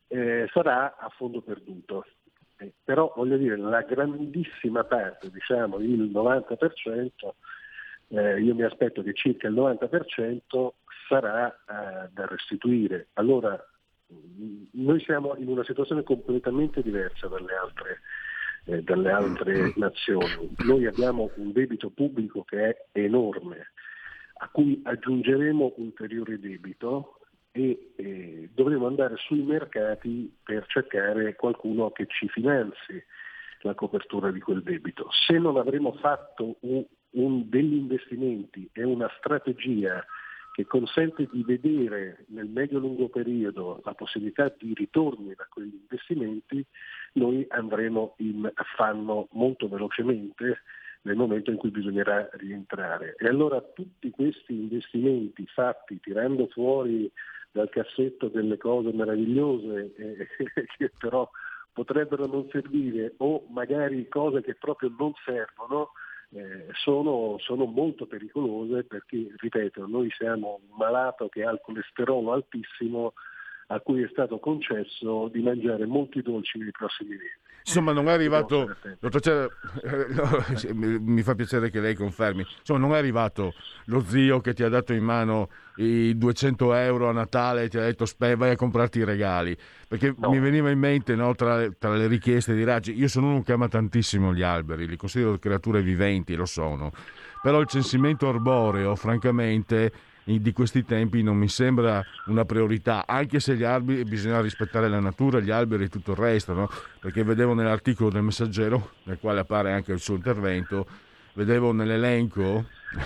eh, sarà a fondo perduto. Eh, però voglio dire, la grandissima parte, diciamo il novanta per cento, eh, io mi aspetto che circa il novanta per cento sarà eh, da restituire. Allora noi siamo in una situazione completamente diversa dalle altre, eh, dalle altre nazioni. Noi abbiamo un debito pubblico che è enorme, a cui aggiungeremo ulteriore debito e eh, dovremo andare sui mercati per cercare qualcuno che ci finanzi la copertura di quel debito. Se non avremo fatto un, un, degli investimenti e una strategia che consente di vedere nel medio-lungo periodo la possibilità di ritorni da quegli investimenti, noi andremo in affanno molto velocemente nel momento in cui bisognerà rientrare. E allora tutti questi investimenti fatti tirando fuori dal cassetto delle cose meravigliose eh, che però potrebbero non servire, o magari cose che proprio non servono, Eh, sono, sono molto pericolose, perché, ripeto, noi siamo un malato che ha il colesterolo altissimo, a cui è stato concesso di mangiare molti dolci nei prossimi mesi. Insomma, non è arrivato, dottor Cera, eh, no, mi fa piacere che lei confermi, insomma, non è arrivato lo zio che ti ha dato in mano i duecento euro a Natale e ti ha detto vai a comprarti i regali, perché no. Mi veniva in mente, no, tra, tra le richieste di Raggi, io sono uno che ama tantissimo gli alberi, li considero creature viventi, lo sono, però il censimento arboreo, francamente, di questi tempi non mi sembra una priorità, anche se gli alberi bisogna rispettare la natura, gli alberi e tutto il resto, no? Perché vedevo nell'articolo del Messaggero, nel quale appare anche il suo intervento, vedevo nell'elenco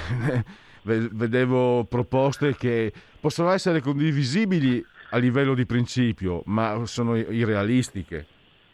vedevo proposte che possono essere condivisibili a livello di principio, ma sono irrealistiche.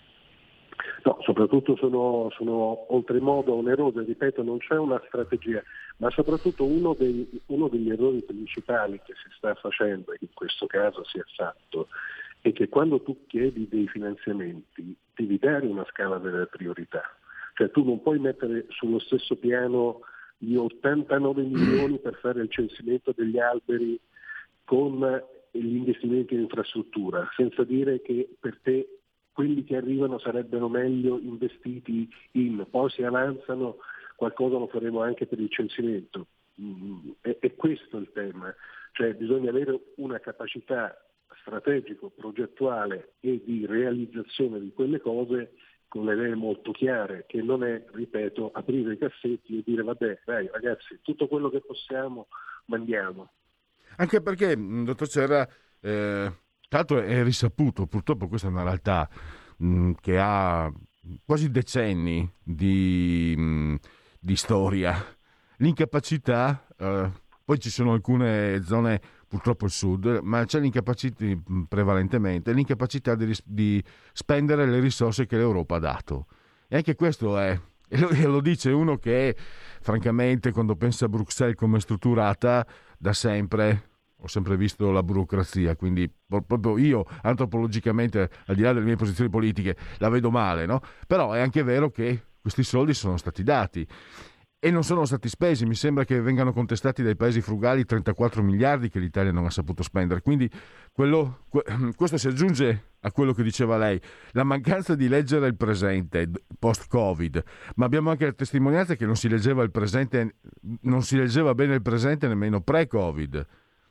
No, soprattutto sono, sono oltremodo onerose, ripeto, non c'è una strategia, ma soprattutto uno, dei, uno degli errori principali che si sta facendo, e in questo caso si è fatto, è che quando tu chiedi dei finanziamenti devi dare una scala delle priorità, cioè tu non puoi mettere sullo stesso piano gli ottantanove milioni per fare il censimento degli alberi con gli investimenti in infrastruttura, senza dire che per te quelli che arrivano sarebbero meglio investiti in, poi se avanzano qualcosa lo faremo anche per il censimento. Mm, è, è questo il tema, cioè bisogna avere una capacità strategico, progettuale e di realizzazione di quelle cose con le idee molto chiare, che non è, ripeto, aprire i cassetti e dire vabbè, dai ragazzi, tutto quello che possiamo mandiamo. Anche perché, dottor Cerra, eh... tanto è risaputo, purtroppo questa è una realtà mh, che ha quasi decenni di, mh, di storia. L'incapacità, eh, poi ci sono alcune zone, purtroppo il sud, ma c'è l'incapacità prevalentemente, l'incapacità di, di spendere le risorse che l'Europa ha dato. E anche questo è, e lo, e lo dice uno che francamente quando pensa a Bruxelles come è strutturata da sempre, ho sempre visto la burocrazia, quindi proprio io antropologicamente, al di là delle mie posizioni politiche, la vedo male, no? Però è anche vero che questi soldi sono stati dati e non sono stati spesi. Mi sembra che vengano contestati dai paesi frugali trentaquattro miliardi che l'Italia non ha saputo spendere, quindi quello, questo si aggiunge a quello che diceva lei, la mancanza di leggere il presente post-Covid, ma abbiamo anche la testimonianza che non si leggeva il presente, non si leggeva bene il presente nemmeno pre-Covid.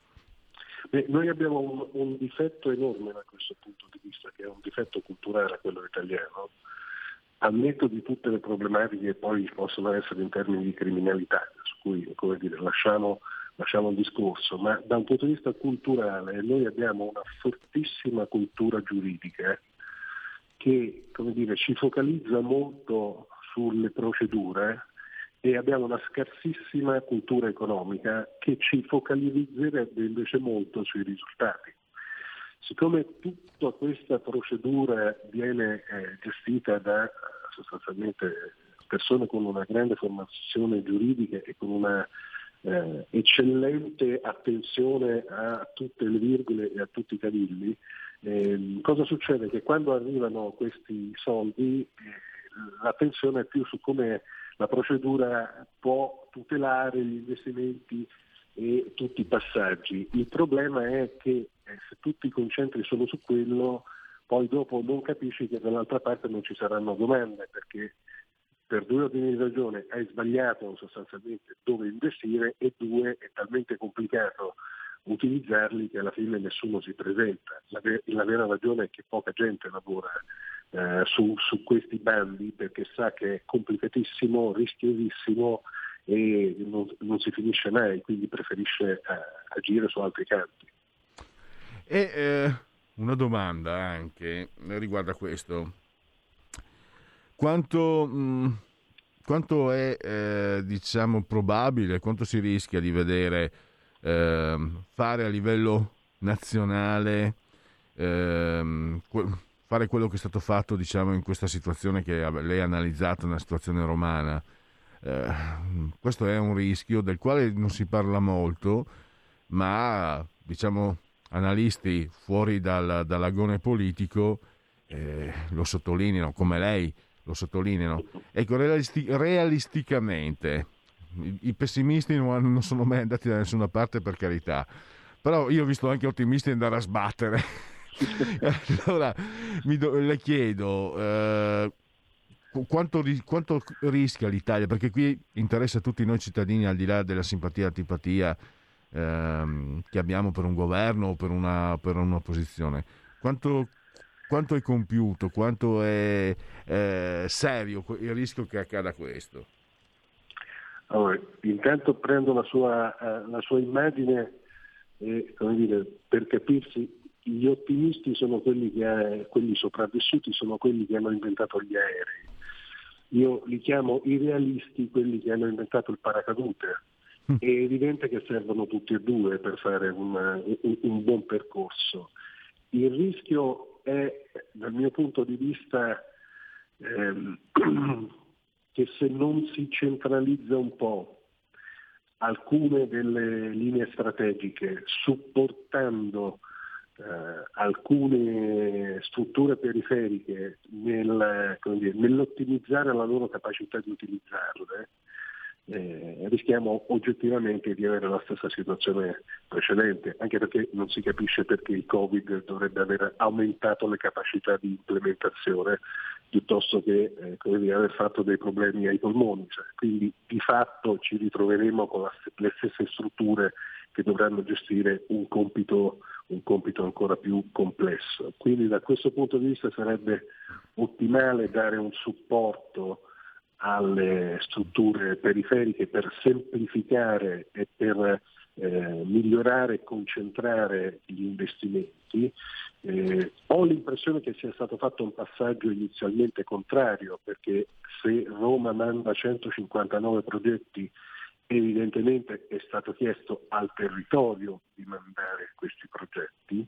Beh, noi abbiamo un, un difetto enorme da questo punto di vista, che è un difetto culturale, quello italiano, al netto di tutte le problematiche che poi possono essere in termini di criminalità, su cui, come dire, lasciamo, lasciamo il discorso, ma da un punto di vista culturale noi abbiamo una fortissima cultura giuridica che, come dire, ci focalizza molto sulle procedure, e abbiamo una scarsissima cultura economica che ci focalizzerebbe invece molto sui risultati. Siccome tutta questa procedura viene eh, gestita da sostanzialmente persone con una grande formazione giuridica e con una eh, eccellente attenzione a tutte le virgole e a tutti i cavilli, eh, cosa succede? Che quando arrivano questi soldi eh, l'attenzione è più su come la procedura può tutelare gli investimenti e tutti i passaggi. Il problema è che eh, se tu ti concentri solo su quello, poi dopo non capisci che dall'altra parte non ci saranno domande, perché per due ordini di ragione hai sbagliato sostanzialmente dove investire, e due, è talmente complicato utilizzarli che alla fine nessuno si presenta. La, ver- la vera ragione è che poca gente lavora eh, su, su questi bandi, perché sa che è complicatissimo, rischiosissimo e non, non si finisce mai, quindi preferisce eh, agire su altri campi. E eh, una domanda anche riguarda questo. Quanto, mh, quanto è eh, diciamo probabile, quanto si rischia di vedere eh, fare a livello nazionale eh, que- fare quello che è stato fatto, diciamo, in questa situazione che lei ha analizzato, una situazione romana? Eh, questo è un rischio del quale non si parla molto, ma diciamo analisti fuori dal, dall'agone politico eh, lo sottolineano, come lei lo sottolineano. Ecco, realisti- realisticamente i, i pessimisti non, non sono mai andati da nessuna parte, per carità, però io ho visto anche ottimisti andare a sbattere. Allora mi do, le chiedo eh, quanto, quanto rischia l'Italia, perché qui interessa tutti noi cittadini, al di là della simpatia e antipatia ehm, che abbiamo per un governo o per una, per un'opposizione. Quanto Quanto è compiuto, quanto è eh, serio il rischio che accada questo? Allora, intanto prendo la sua, uh, la sua immagine e, come dire, per capirsi, gli ottimisti sono quelli che eh, quelli sopravvissuti sono quelli che hanno inventato gli aerei. Io li chiamo i realisti quelli che hanno inventato il paracadute. Mm. È evidente che servono tutti e due per fare una, un, un buon percorso. Il rischio è, dal mio punto di vista, ehm, che se non si centralizza un po' alcune delle linee strategiche, supportando eh, alcune strutture periferiche nel, come dire, nell'ottimizzare la loro capacità di utilizzarle, Eh, rischiamo oggettivamente di avere la stessa situazione precedente, anche perché non si capisce perché il Covid dovrebbe aver aumentato le capacità di implementazione piuttosto che eh, come dire, aver fatto dei problemi ai polmoni, cioè, quindi di fatto ci ritroveremo con la, le stesse strutture che dovranno gestire un compito, un compito ancora più complesso. Quindi da questo punto di vista sarebbe ottimale dare un supporto alle strutture periferiche per semplificare e per eh, migliorare e concentrare gli investimenti. Eh, ho l'impressione che sia stato fatto un passaggio inizialmente contrario, perché se Roma manda centocinquantanove progetti, evidentemente è stato chiesto al territorio di mandare questi progetti.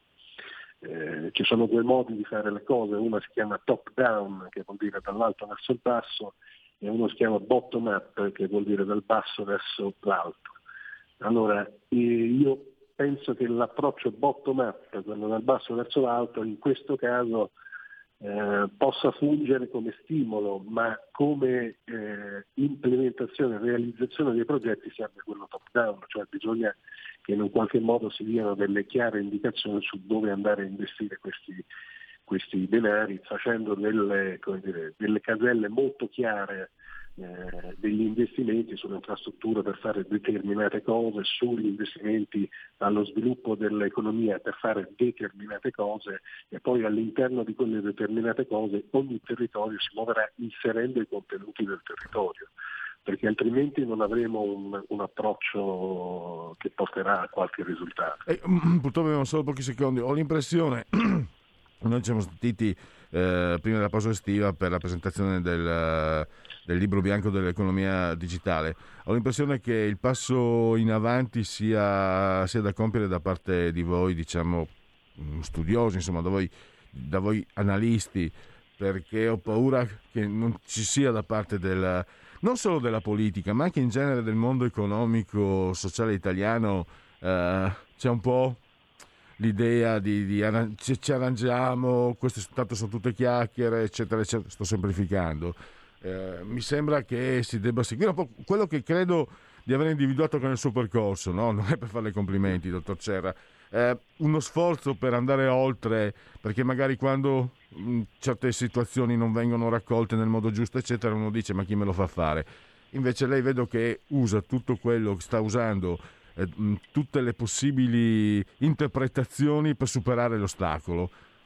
Eh, ci sono due modi di fare le cose, uno si chiama top down, che vuol dire dall'alto verso il basso, e uno si chiama bottom up, che vuol dire dal basso verso l'alto. Allora, io penso che l'approccio bottom up, quello dal basso verso l'alto, in questo caso eh, possa fungere come stimolo, ma come eh, implementazione e realizzazione dei progetti serve quello top down, cioè bisogna che in un qualche modo si diano delle chiare indicazioni su dove andare a investire questi questi denari, facendo delle, come dire, delle caselle molto chiare eh, degli investimenti sulle infrastrutture per fare determinate cose, sugli investimenti allo sviluppo dell'economia per fare determinate cose, e poi all'interno di quelle determinate cose ogni territorio si muoverà inserendo i contenuti del territorio, perché altrimenti non avremo un, un approccio che porterà a qualche risultato. Eh, purtroppo abbiamo solo pochi secondi, ho l'impressione... Noi ci siamo sentiti eh, prima della pausa estiva per la presentazione del, del libro bianco dell'economia digitale. Ho l'impressione che il passo in avanti sia, sia da compiere da parte di voi, diciamo, studiosi, insomma, da voi, da voi analisti, perché ho paura che non ci sia da parte del, non solo della politica, ma anche in genere del mondo economico, sociale italiano, eh, c'è un po' l'idea di, di ci, ci arrangiamo, queste tanto sono tutte chiacchiere, eccetera, eccetera. Sto semplificando. Eh, mi sembra che si debba seguire un po' quello che credo di aver individuato con il suo percorso, no? Non è per fare i complimenti, dottor Cerra, eh, uno sforzo per andare oltre, perché magari quando mh, certe situazioni non vengono raccolte nel modo giusto, eccetera, uno dice ma chi me lo fa fare? Invece lei vedo che usa tutto quello che sta usando, eh, mh, tutte le possibili interpretazioni per superare l'ostacolo.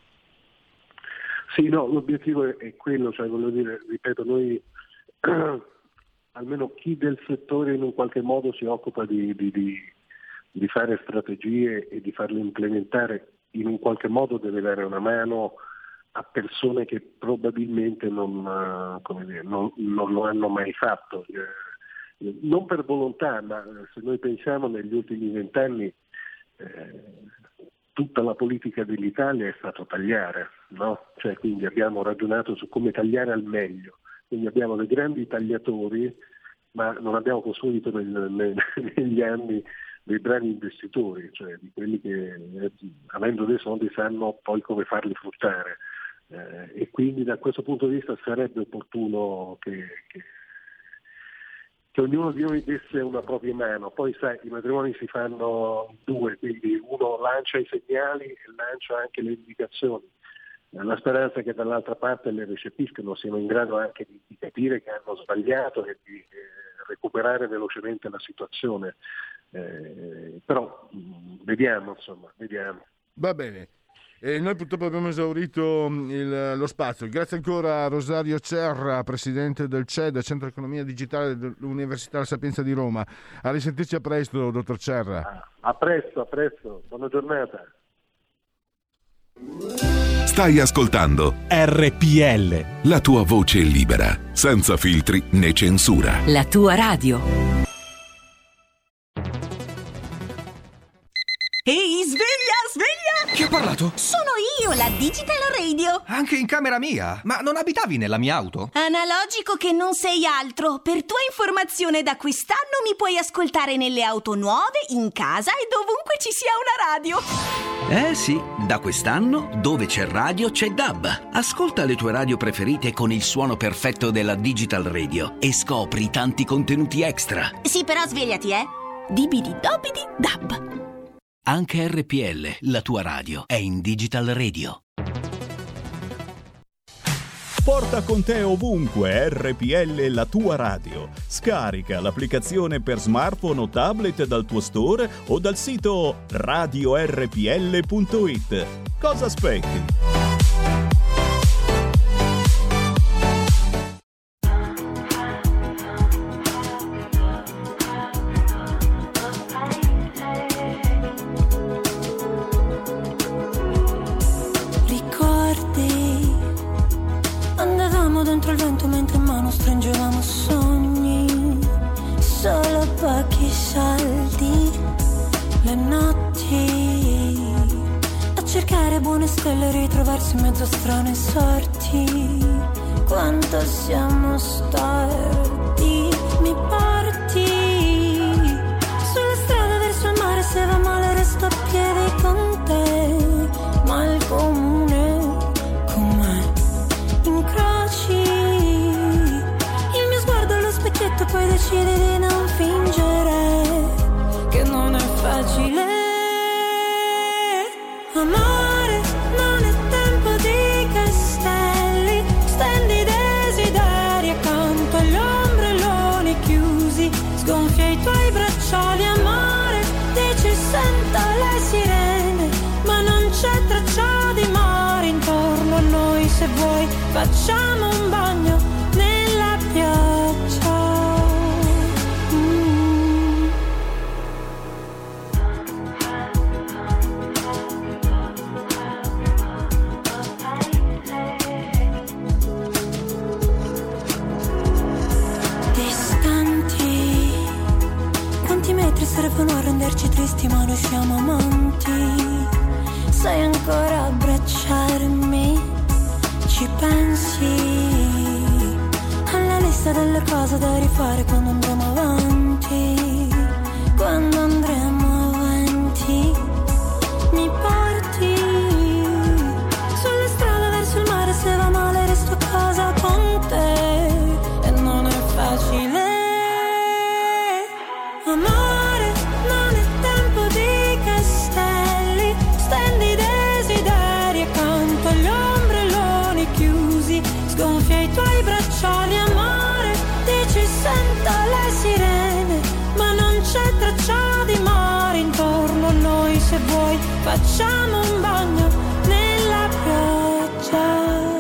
Sì, no, l'obiettivo è, è quello, cioè voglio dire, ripeto, noi almeno chi del settore in un qualche modo si occupa di, di, di, di fare strategie e di farle implementare, in un qualche modo deve dare una mano a persone che probabilmente non, come dire, non, non lo hanno mai fatto, eh, non per volontà, ma se noi pensiamo negli ultimi vent'anni eh, tutta la politica dell'Italia è stata tagliare, no? Cioè, quindi abbiamo ragionato su come tagliare al meglio, quindi abbiamo dei grandi tagliatori, ma non abbiamo costruito nel, nel, negli anni dei bravi investitori, cioè di quelli che eh, avendo dei soldi sanno poi come farli fruttare, eh, e quindi da questo punto di vista sarebbe opportuno che, che che ognuno di noi desse una propria mano. Poi sai, i matrimoni si fanno in due, quindi uno lancia i segnali e lancia anche le indicazioni. La speranza è che dall'altra parte le recepiscano, siano in grado anche di, di capire che hanno sbagliato e di eh, recuperare velocemente la situazione. Eh, però mh, vediamo, insomma, vediamo. Va bene. E noi purtroppo abbiamo esaurito il, lo spazio. Grazie ancora a Rosario Cerra, presidente del C E D, Centro Economia Digitale dell'Università La Sapienza di Roma. A risentirci a presto, dottor Cerra. A presto, a presto. Buona giornata. Stai ascoltando R P L, la tua voce libera, senza filtri né censura. La tua radio. Ehi, sveglia, sveglia! Chi ha parlato? Sono io, la Digital Radio. Anche in camera mia? Ma non abitavi nella mia auto? Analogico che non sei altro. Per tua informazione, da quest'anno mi puoi ascoltare nelle auto nuove, in casa e dovunque ci sia una radio. Eh sì, da quest'anno dove c'è radio c'è D A B. Ascolta le tue radio preferite con il suono perfetto della Digital Radio e scopri tanti contenuti extra. Sì, però svegliati, eh. Dibidi dobidi D A B. Anche R P L, la tua radio, è in Digital Radio. Porta con te ovunque R P L, la tua radio. Scarica l'applicazione per smartphone o tablet dal tuo store o dal sito radio erre pi elle punto it. Cosa aspetti? Stringevamo sogni, solo pochi soldi, le notti, a cercare buone stelle, ritrovarsi in mezzo a strane sorti. Quanto siamo storti, mi porti sulla strada verso il mare, se va male resto a piedi con te, ma il comune con me incroci. Poi decidi di non fingere che non è facile. Amore, non è tempo di castelli, stendi desideri accanto agli ombrelloni chiusi, sgonfia i tuoi bracciali. Amore, dici sento le sirene, ma non c'è traccia di mare intorno a noi. Se vuoi facciamo un bagno nella pioggia. Servono a renderci tristi, ma noi siamo amanti. Sai ancora abbracciarmi? Ci pensi alla lista delle cose da rifare quando andremo avanti? Quando andremo avanti mi porti sulla strada verso il mare, se va male resto a casa con te e non è facile. Amore, non è tempo di castelli, spiaggia di mare intorno a noi, se vuoi facciamo un bagno nella pioggia.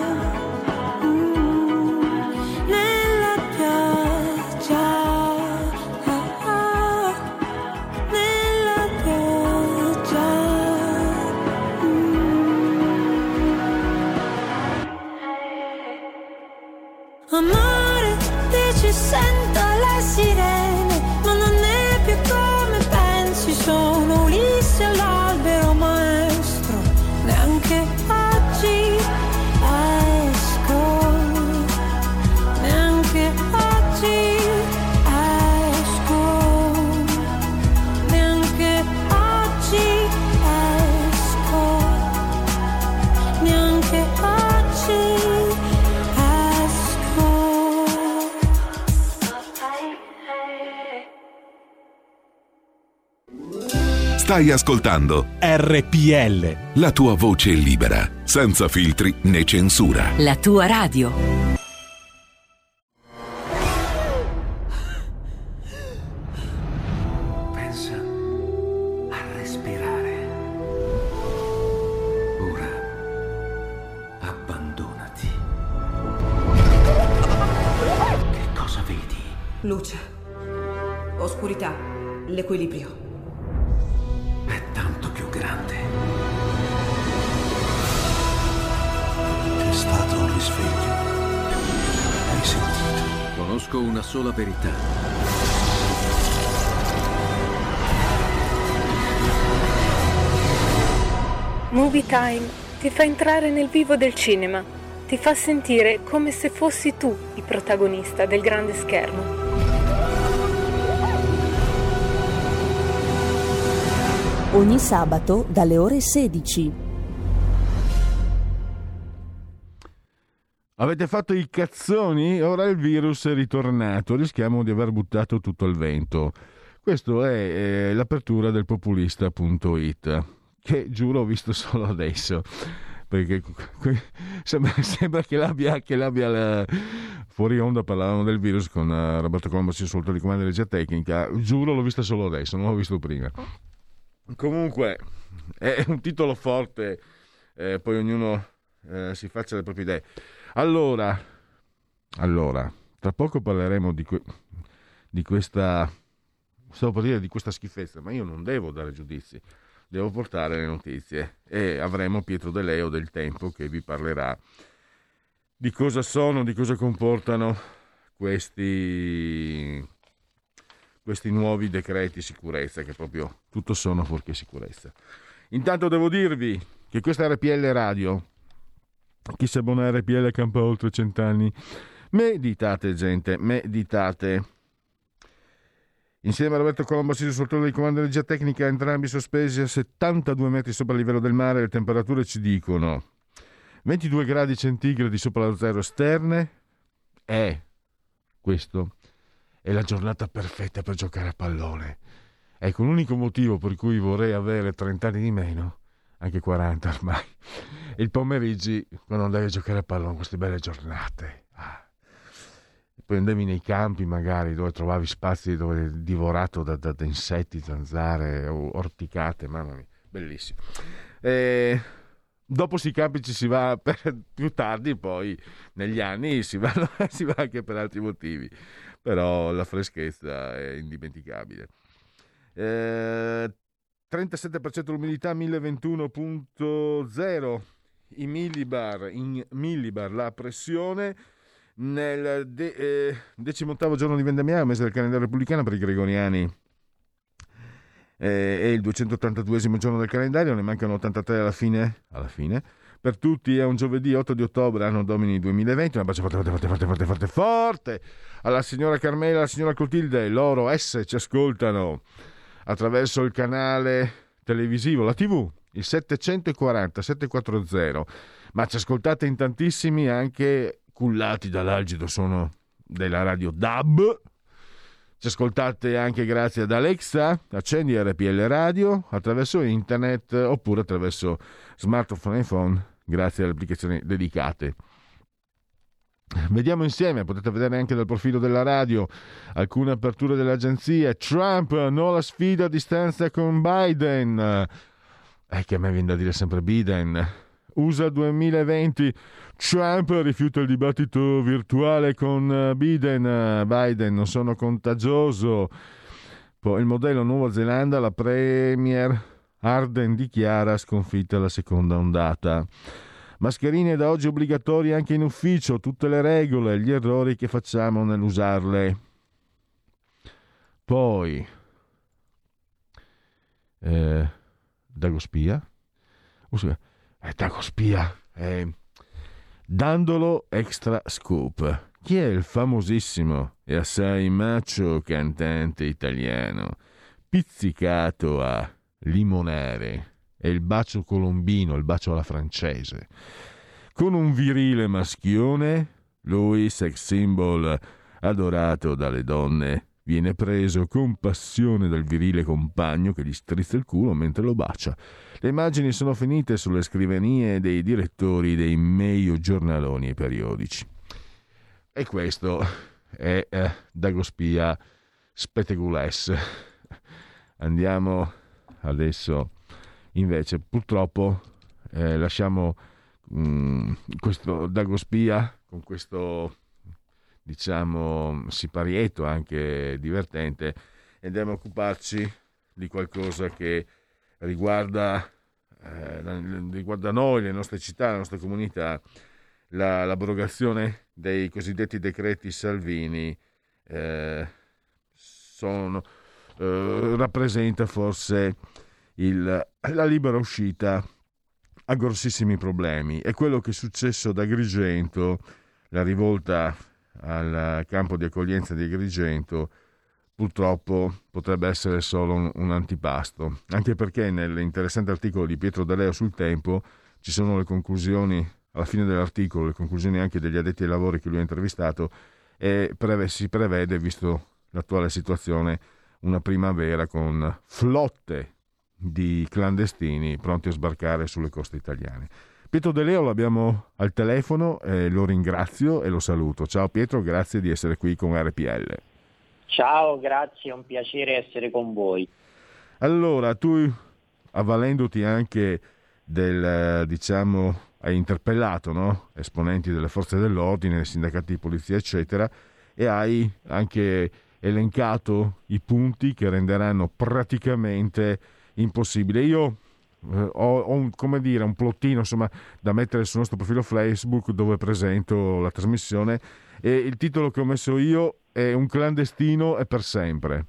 Amore, dici sento le sirene, ma non è più come pensi, sono Ulisse all'albero maestro, neanche oggi esco, neanche oggi esco, neanche oggi esco, neanche oggi. Stai ascoltando R P L, la tua voce libera, senza filtri né censura. La tua radio. Pensa a respirare. Ora abbandonati. Che cosa vedi? Luce, oscurità, l'equilibrio. È tanto più grande. C'è stato un risveglio. Hai sentito? Conosco una sola verità. Movie Time ti fa entrare nel vivo del cinema, ti fa sentire come se fossi tu il protagonista del grande schermo. Ogni sabato dalle ore sedici. Avete fatto i cazzoni? Ora il virus è ritornato, rischiamo di aver buttato tutto il vento. Questo è eh, l'apertura del populista punto it, che giuro ho visto solo adesso, perché sembra, sembra che l'abbia, che l'abbia la... fuori onda parlavamo del virus con uh, Roberto Colombo, si solto di comando di regia tecnica, giuro l'ho vista solo adesso, non l'ho visto prima. Comunque è un titolo forte, eh, poi ognuno eh, si faccia le proprie idee. Allora, allora, tra poco parleremo di, que- di questa, stavo per dire di questa schifezza, ma io non devo dare giudizi, devo portare le notizie e avremo Pietro De Leo del Tempo che vi parlerà di cosa sono, di cosa comportano questi... questi nuovi decreti sicurezza, che proprio tutto sono fuorché sicurezza. Intanto devo dirvi che questa R P L Radio, chi si abbona a R P L campa oltre cent'anni, meditate gente, meditate. Insieme a Roberto Colombo, Assisi Soltore di comando di regia tecnica, entrambi sospesi a settantadue metri sopra il livello del mare, le temperature ci dicono ventidue gradi centigradi sopra lo zero esterne, è questo è la giornata perfetta per giocare a pallone. Ecco, l'unico motivo per cui vorrei avere trenta anni di meno, anche quaranta ormai, il pomeriggi quando andavi a giocare a pallone, queste belle giornate. Ah. Poi andavi nei campi magari dove trovavi spazi dove divorato da, da, da insetti, zanzare, orticate, mamma mia, bellissimo. E dopo si campi ci si va per più tardi, poi negli anni si va, si va anche per altri motivi. Però la freschezza è indimenticabile. Eh, trentasette per cento l'umidità, mille ventuno virgola zero in millibar, in millibar la pressione. Nel de, eh, decimottavo giorno di vendemmiaio, mese del calendario repubblicano per i gregoriani, eh, è il duecentottantaduesimo giorno del calendario, ne mancano ottantatré alla fine, alla fine. Per tutti è un giovedì otto di ottobre, anno domini duemilaventi. Un bacio forte, forte, forte, forte, forte, forte alla signora Carmela, alla signora Clotilde. Loro S ci ascoltano attraverso il canale televisivo, la tivù, il settecentoquaranta settecentoquaranta, ma ci ascoltate in tantissimi anche cullati dall'algido suono della radio D A B. Ci ascoltate anche grazie ad Alexa, accendi R P L Radio attraverso internet oppure attraverso smartphone e iPhone grazie alle applicazioni dedicate. Vediamo insieme, potete vedere anche dal profilo della radio alcune aperture delle agenzie. Trump, no la sfida a distanza con Biden. È che a me viene da dire sempre Biden. U S A duemilaventi, Trump rifiuta il dibattito virtuale con Biden. Biden, non sono contagioso. Poi il modello Nuova Zelanda, la premier Arden dichiara sconfitta la seconda ondata. Mascherine da oggi obbligatorie anche in ufficio, tutte le regole, gli errori che facciamo nell'usarle. Poi eh, Dagospia eh, Dagospia eh, Dandolo extra scoop. Chi è il famosissimo e assai macho cantante italiano pizzicato a limonare? È il bacio colombino, il bacio alla francese. Con un virile maschione, lui, sex symbol adorato dalle donne, viene preso con passione dal virile compagno che gli strizza il culo mentre lo bacia. Le immagini sono finite sulle scrivanie dei direttori dei meglio giornaloni e periodici. E questo è eh, Dagospia Spetegules. Andiamo adesso. Invece, purtroppo, eh, lasciamo mh, questo Dagospia con questo, diciamo, siparietto anche divertente e andiamo a occuparci di qualcosa che riguarda, eh, riguarda noi, le nostre città, la nostra comunità. La, l'abrogazione dei cosiddetti decreti Salvini eh, sono, eh, rappresenta forse Il, la libera uscita a grossissimi problemi. È quello che è successo ad Agrigento, la rivolta al campo di accoglienza di Agrigento, purtroppo potrebbe essere solo un, un antipasto, anche perché nell'interessante articolo di Pietro De Leo sul Tempo ci sono le conclusioni, alla fine dell'articolo, le conclusioni anche degli addetti ai lavori che lui ha intervistato, e preve, si prevede, visto l'attuale situazione, una primavera con flotte di clandestini pronti a sbarcare sulle coste italiane. Pietro De Leo l'abbiamo al telefono, eh, lo ringrazio e lo saluto. Ciao Pietro, grazie di essere qui con R P L. Ciao, grazie, è un piacere essere con voi. Allora, tu, avvalendoti anche del, diciamo, hai interpellato, no? Esponenti delle forze dell'ordine, sindacati di polizia, eccetera, e hai anche elencato i punti che renderanno praticamente impossibile. Io eh, ho, ho un, come dire, un plottino, insomma, da mettere sul nostro profilo Facebook dove presento la trasmissione, e il titolo che ho messo io è Un clandestino è per sempre.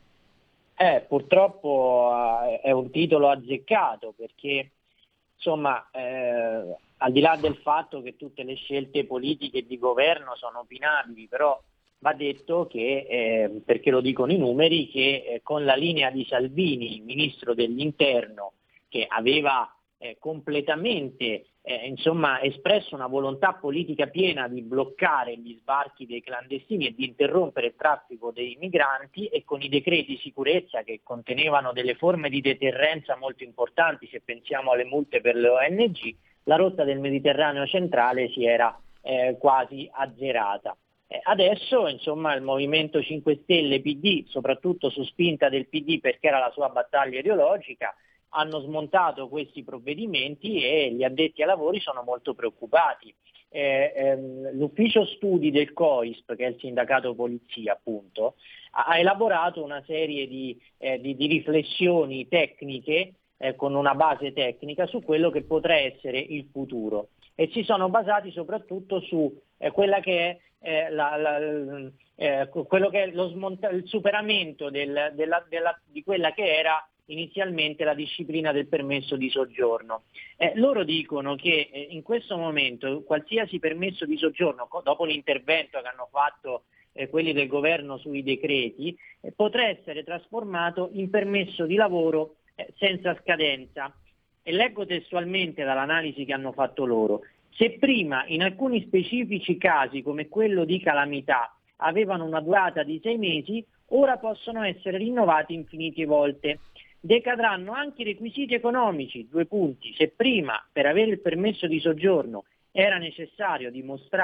Eh, purtroppo eh, è un titolo azzeccato, perché insomma eh, al di là del fatto che tutte le scelte politiche di governo sono opinabili, però va detto che, eh, perché lo dicono i numeri, che eh, con la linea di Salvini, ministro dell'Interno, che aveva eh, completamente eh, insomma, espresso una volontà politica piena di bloccare gli sbarchi dei clandestini e di interrompere il traffico dei migranti, e con i decreti sicurezza che contenevano delle forme di deterrenza molto importanti, se pensiamo alle multe per le O N G, la rotta del Mediterraneo centrale si era eh, quasi azzerata. Adesso insomma il Movimento cinque Stelle, P D, soprattutto su spinta del P D perché era la sua battaglia ideologica, hanno smontato questi provvedimenti e gli addetti ai lavori sono molto preoccupati. Eh, ehm, l'ufficio studi del COISP, che è il sindacato polizia appunto, ha, ha elaborato una serie di, eh, di, di riflessioni tecniche eh, con una base tecnica su quello che potrà essere il futuro, e si sono basati soprattutto su eh, quella che è Eh, la, la, eh, quello che è lo smonta- il superamento del, della, della, di quella che era inizialmente la disciplina del permesso di soggiorno. Eh, loro dicono che eh, in questo momento qualsiasi permesso di soggiorno, co- dopo l'intervento che hanno fatto eh, quelli del governo sui decreti, eh, potrà essere trasformato in permesso di lavoro eh, senza scadenza. E leggo testualmente dall'analisi che hanno fatto loro. Se prima in alcuni specifici casi, come quello di calamità, avevano una durata di sei mesi, ora possono essere rinnovati infinite volte. Decadranno anche i requisiti economici, due punti. Se prima per avere il permesso di soggiorno era necessario dimostrare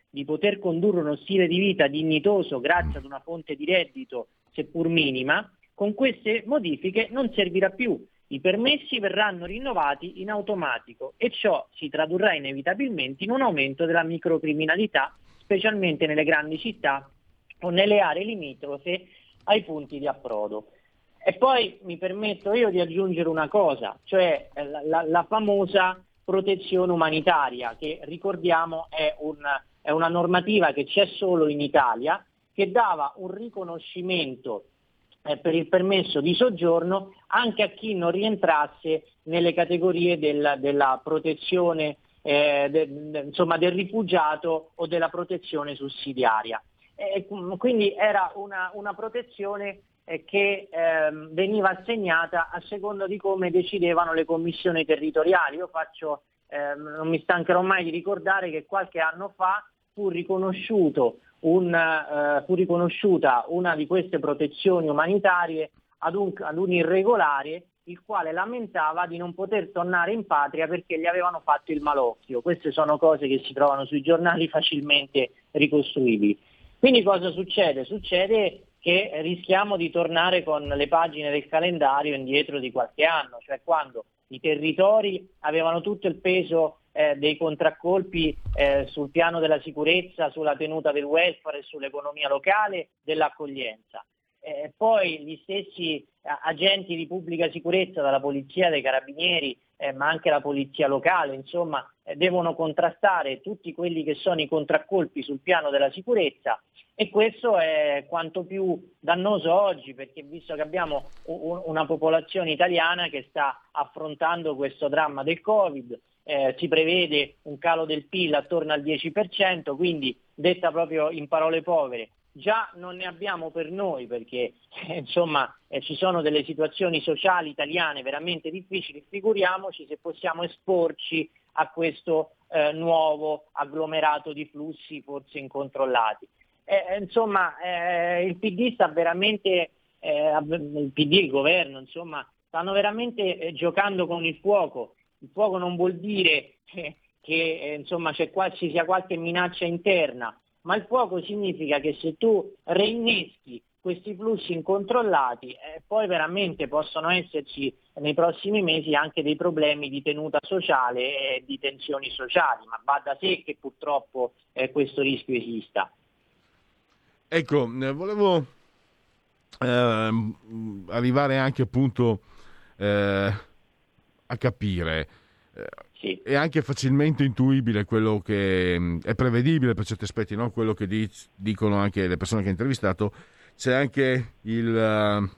di poter condurre uno stile di vita dignitoso grazie ad una fonte di reddito seppur minima, con queste modifiche non servirà più. I permessi verranno rinnovati in automatico e ciò si tradurrà inevitabilmente in un aumento della microcriminalità, specialmente nelle grandi città o nelle aree limitrofe ai punti di approdo. E poi mi permetto io di aggiungere una cosa, cioè la, la, la famosa protezione umanitaria, che ricordiamo è, un, è una normativa che c'è solo in Italia, che dava un riconoscimento eh, per il permesso di soggiorno anche a chi non rientrasse nelle categorie del, della protezione, eh, de, de, insomma del rifugiato o della protezione sussidiaria. E quindi era una, una protezione eh, che eh, veniva assegnata a seconda di come decidevano le commissioni territoriali. Io faccio, eh, non mi stancherò mai di ricordare che qualche anno fa fu riconosciuto un, eh, fu riconosciuta una di queste protezioni umanitarie ad un, ad un irregolare, il quale lamentava di non poter tornare in patria perché gli avevano fatto il malocchio. Queste sono cose che si trovano sui giornali facilmente ricostruibili. Quindi cosa succede? Succede che rischiamo di tornare con le pagine del calendario indietro di qualche anno, cioè quando i territori avevano tutto il peso eh, dei contraccolpi eh, sul piano della sicurezza, sulla tenuta del welfare e sull'economia locale, dell'accoglienza. Eh, poi gli stessi eh, agenti di pubblica sicurezza, dalla polizia, dai carabinieri, eh, ma anche la polizia locale, insomma, eh, devono contrastare tutti quelli che sono i contraccolpi sul piano della sicurezza, e questo è quanto più dannoso oggi, perché visto che abbiamo un, una popolazione italiana che sta affrontando questo dramma del Covid, eh, si prevede un calo del P I L attorno al dieci per cento, quindi detta proprio in parole povere, già non ne abbiamo per noi perché eh, insomma eh, ci sono delle situazioni sociali italiane veramente difficili, figuriamoci se possiamo esporci a questo eh, nuovo agglomerato di flussi forse incontrollati. Eh, insomma eh, il P D sta veramente, eh, il P D e il governo insomma stanno veramente eh, giocando con il fuoco. Il fuoco non vuol dire eh, che eh, insomma c'è qua, ci sia qualche minaccia interna, ma il fuoco significa che se tu reinneschi questi flussi incontrollati, eh, poi veramente possono esserci nei prossimi mesi anche dei problemi di tenuta sociale e di tensioni sociali, ma va da sé che purtroppo eh, questo rischio esista. Ecco, volevo eh, arrivare anche appunto eh, a capire. Sì. È anche facilmente intuibile quello che è prevedibile per certi aspetti, no? Quello che dic- dicono anche le persone che ho intervistato. C'è anche il uh,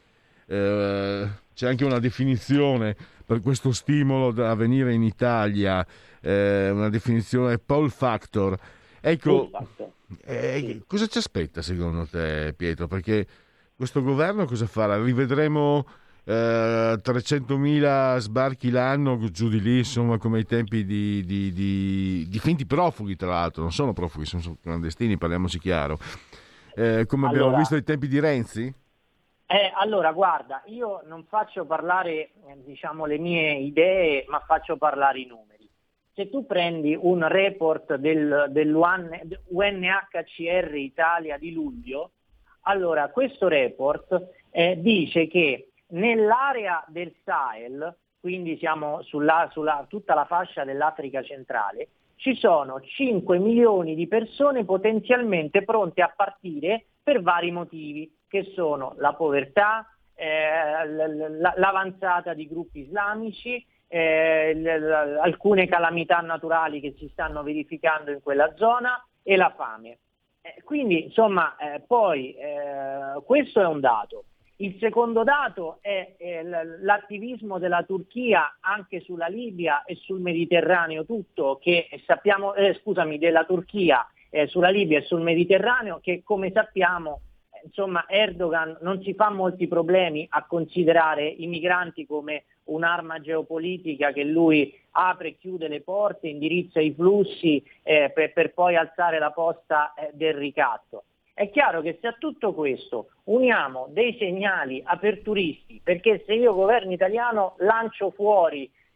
uh, c'è anche una definizione per questo stimolo da venire in Italia, uh, una definizione pull factor. Ecco, pull factor. Eh, sì. Cosa ci aspetta secondo te, Pietro? Perché questo governo cosa farà? Rivedremo Uh, trecentomila sbarchi l'anno giù di lì, insomma, come ai tempi di, di, di, di finti profughi, tra l'altro non sono profughi, sono clandestini, parliamoci chiaro, uh, come abbiamo allora, visto ai tempi di Renzi? Eh, allora guarda, io non faccio parlare eh, diciamo le mie idee, ma faccio parlare i numeri. Se tu prendi un report del, dell'U N H C R Italia di luglio, allora questo report eh, dice che nell'area del Sahel, quindi siamo sulla, sulla tutta la fascia dell'Africa centrale, ci sono cinque milioni di persone potenzialmente pronte a partire per vari motivi, che sono la povertà, eh, l'avanzata di gruppi islamici, eh, alcune calamità naturali che si stanno verificando in quella zona e la fame. Eh, quindi insomma eh, poi eh, questo è un dato. Il secondo dato è eh, l'attivismo della Turchia anche sulla Libia e sul Mediterraneo tutto, che sappiamo, eh, scusami, della Turchia eh, sulla Libia e sul Mediterraneo, che come sappiamo eh, insomma Erdogan non si fa molti problemi a considerare i migranti come un'arma geopolitica che lui apre e chiude le porte, indirizza i flussi eh, per, per poi alzare la posta eh, del ricatto. È chiaro che se a tutto questo uniamo dei segnali aperturisti, perché se io governo italiano lancio fuori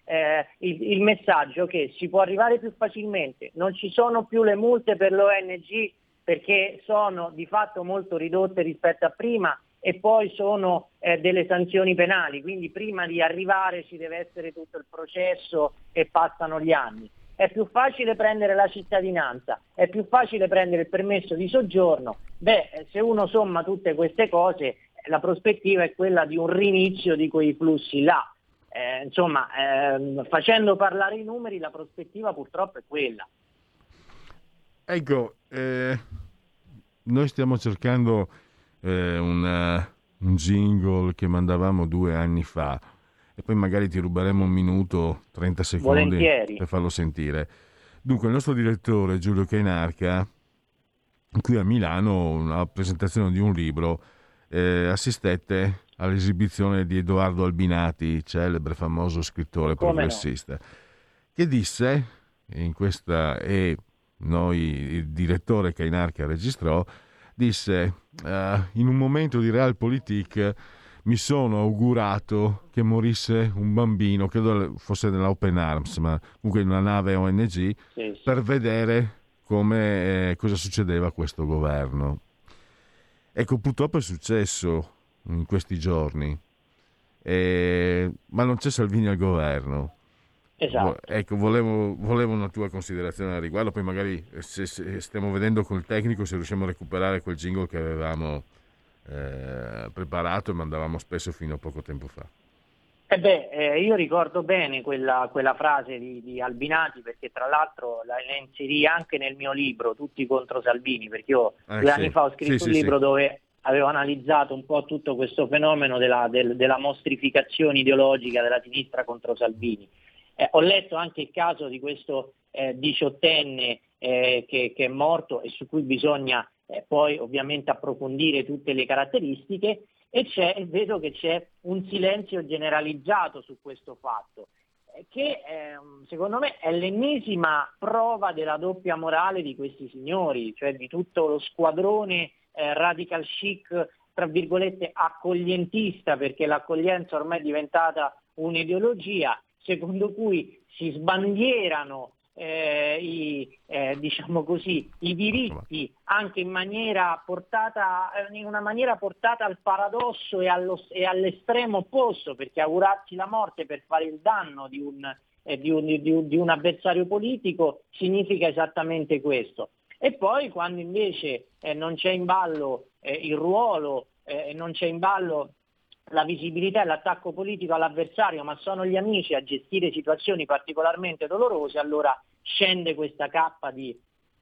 eh, il, il messaggio che si può arrivare più facilmente, non ci sono più le multe per l'O N G perché sono di fatto molto ridotte rispetto a prima, e poi sono eh, delle sanzioni penali, quindi prima di arrivare ci deve essere tutto il processo e passano gli anni. È più facile prendere la cittadinanza, è più facile prendere il permesso di soggiorno. Beh, se uno somma tutte queste cose, la prospettiva è quella di un rinizio di quei flussi là. Eh, insomma, eh, facendo parlare i numeri, la prospettiva purtroppo è quella. Ecco, eh, noi stiamo cercando eh, una, un jingle che mandavamo due anni fa, e poi magari ti ruberemo un minuto, trenta secondi Volentieri. per farlo sentire. Dunque, il nostro direttore Giulio Cainarca, qui a Milano, una presentazione di un libro, eh, assistette all'esibizione di Edoardo Albinati, celebre, famoso scrittore Come progressista, no? Che disse in questa, e noi, il direttore Cainarca registrò, disse uh, in un momento di realpolitik mi sono augurato che morisse un bambino, credo fosse nell'Open Arms, ma comunque in una nave O N G, sì, sì. per vedere come eh, cosa succedeva a questo governo. Ecco, purtroppo è successo in questi giorni, eh, ma non c'è Salvini al governo. Esatto. Ecco, volevo, volevo una tua considerazione al riguardo, poi magari se, se stiamo vedendo col tecnico se riusciamo a recuperare quel jingle che avevamo eh, preparato e mandavamo spesso fino a poco tempo fa. Eh beh, eh, io ricordo bene quella, quella frase di, di Albinati, perché tra l'altro la, la inserì anche nel mio libro Tutti contro Salvini, perché io eh, due sì. anni fa ho scritto sì, un sì, libro sì. dove avevo analizzato un po' tutto questo fenomeno della, del, della mostrificazione ideologica della sinistra contro Salvini. Eh, ho letto anche il caso di questo eh, diciottenne eh, che, che è morto e su cui bisogna eh, poi ovviamente approfondire tutte le caratteristiche, e c'è, e vedo che c'è un silenzio generalizzato su questo fatto, eh, che eh, secondo me è l'ennesima prova della doppia morale di questi signori, cioè di tutto lo squadrone eh, radical chic, tra virgolette accoglientista, perché l'accoglienza ormai è diventata un'ideologia, secondo cui si sbandierano eh, i, eh, diciamo così, i diritti anche in maniera portata in una maniera portata al paradosso e, allo, e all'estremo opposto, perché augurarsi la morte per fare il danno di un, eh, di un, di un, di un avversario politico significa esattamente questo. E poi quando invece eh, non c'è in ballo eh, il ruolo, eh, non c'è in ballo la visibilità e l'attacco politico all'avversario, ma sono gli amici a gestire situazioni particolarmente dolorose, allora scende questa cappa di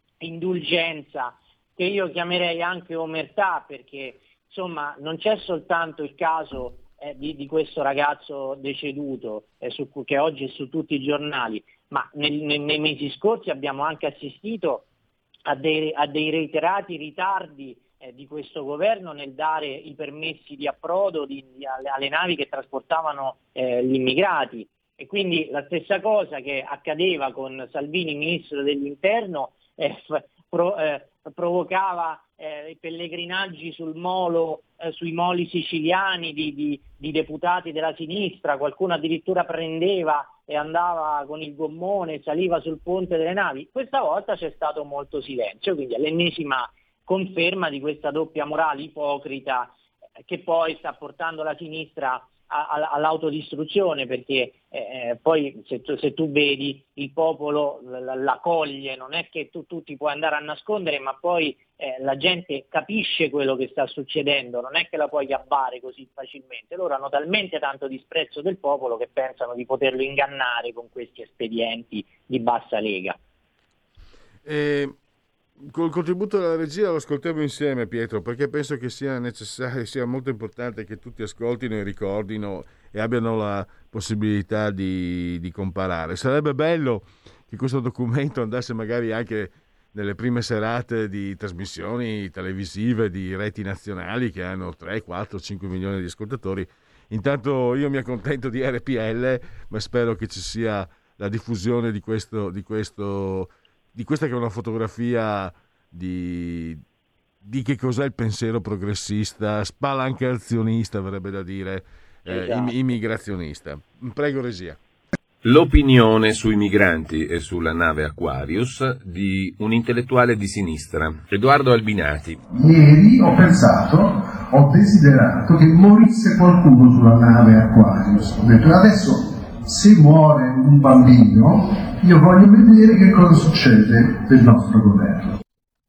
indulgenza che io chiamerei anche omertà, perché insomma non c'è soltanto il caso eh, di, di questo ragazzo deceduto eh, su, che oggi è su tutti i giornali, ma nel, nel, nei mesi scorsi abbiamo anche assistito a dei, a dei reiterati ritardi Eh, di questo governo nel dare i permessi di approdo di, di, alle, alle navi che trasportavano eh, gli immigrati, e quindi la stessa cosa che accadeva con Salvini, ministro dell'interno, eh, pro, eh, provocava eh, i pellegrinaggi sul molo, eh, sui moli siciliani di, di, di deputati della sinistra, qualcuno addirittura prendeva e andava con il gommone, saliva sul ponte delle navi. Questa volta c'è stato molto silenzio, quindi all'ennesima conferma di questa doppia morale ipocrita eh, che poi sta portando la sinistra a, a, all'autodistruzione, perché eh, poi se tu, se tu vedi il popolo la, la coglie, non è che tu, tu ti puoi andare a nascondere, ma poi eh, la gente capisce quello che sta succedendo, non è che la puoi gabbare così facilmente. Loro hanno talmente tanto disprezzo del popolo che pensano di poterlo ingannare con questi espedienti di bassa lega. Eh... Col contributo della regia lo ascoltiamo insieme, Pietro, perché penso che sia necessario, sia molto importante che tutti ascoltino e ricordino e abbiano la possibilità di, di comparare. Sarebbe bello che questo documento andasse magari anche nelle prime serate di trasmissioni televisive di reti nazionali che hanno tre, quattro, cinque milioni di ascoltatori. Intanto io mi accontento di R P L, ma spero che ci sia la diffusione di questo... Di questo di questa che è una fotografia di, di che cos'è il pensiero progressista, spalancazionista, verrebbe da dire, eh, esatto. immigrazionista. Prego, regia. L'opinione sui migranti e sulla nave Aquarius di un intellettuale di sinistra, Edoardo Albinati. Ieri ho pensato, ho desiderato che morisse qualcuno sulla nave Aquarius. Ho detto, adesso se muore un bambino, io voglio vedere che cosa succede del nostro governo.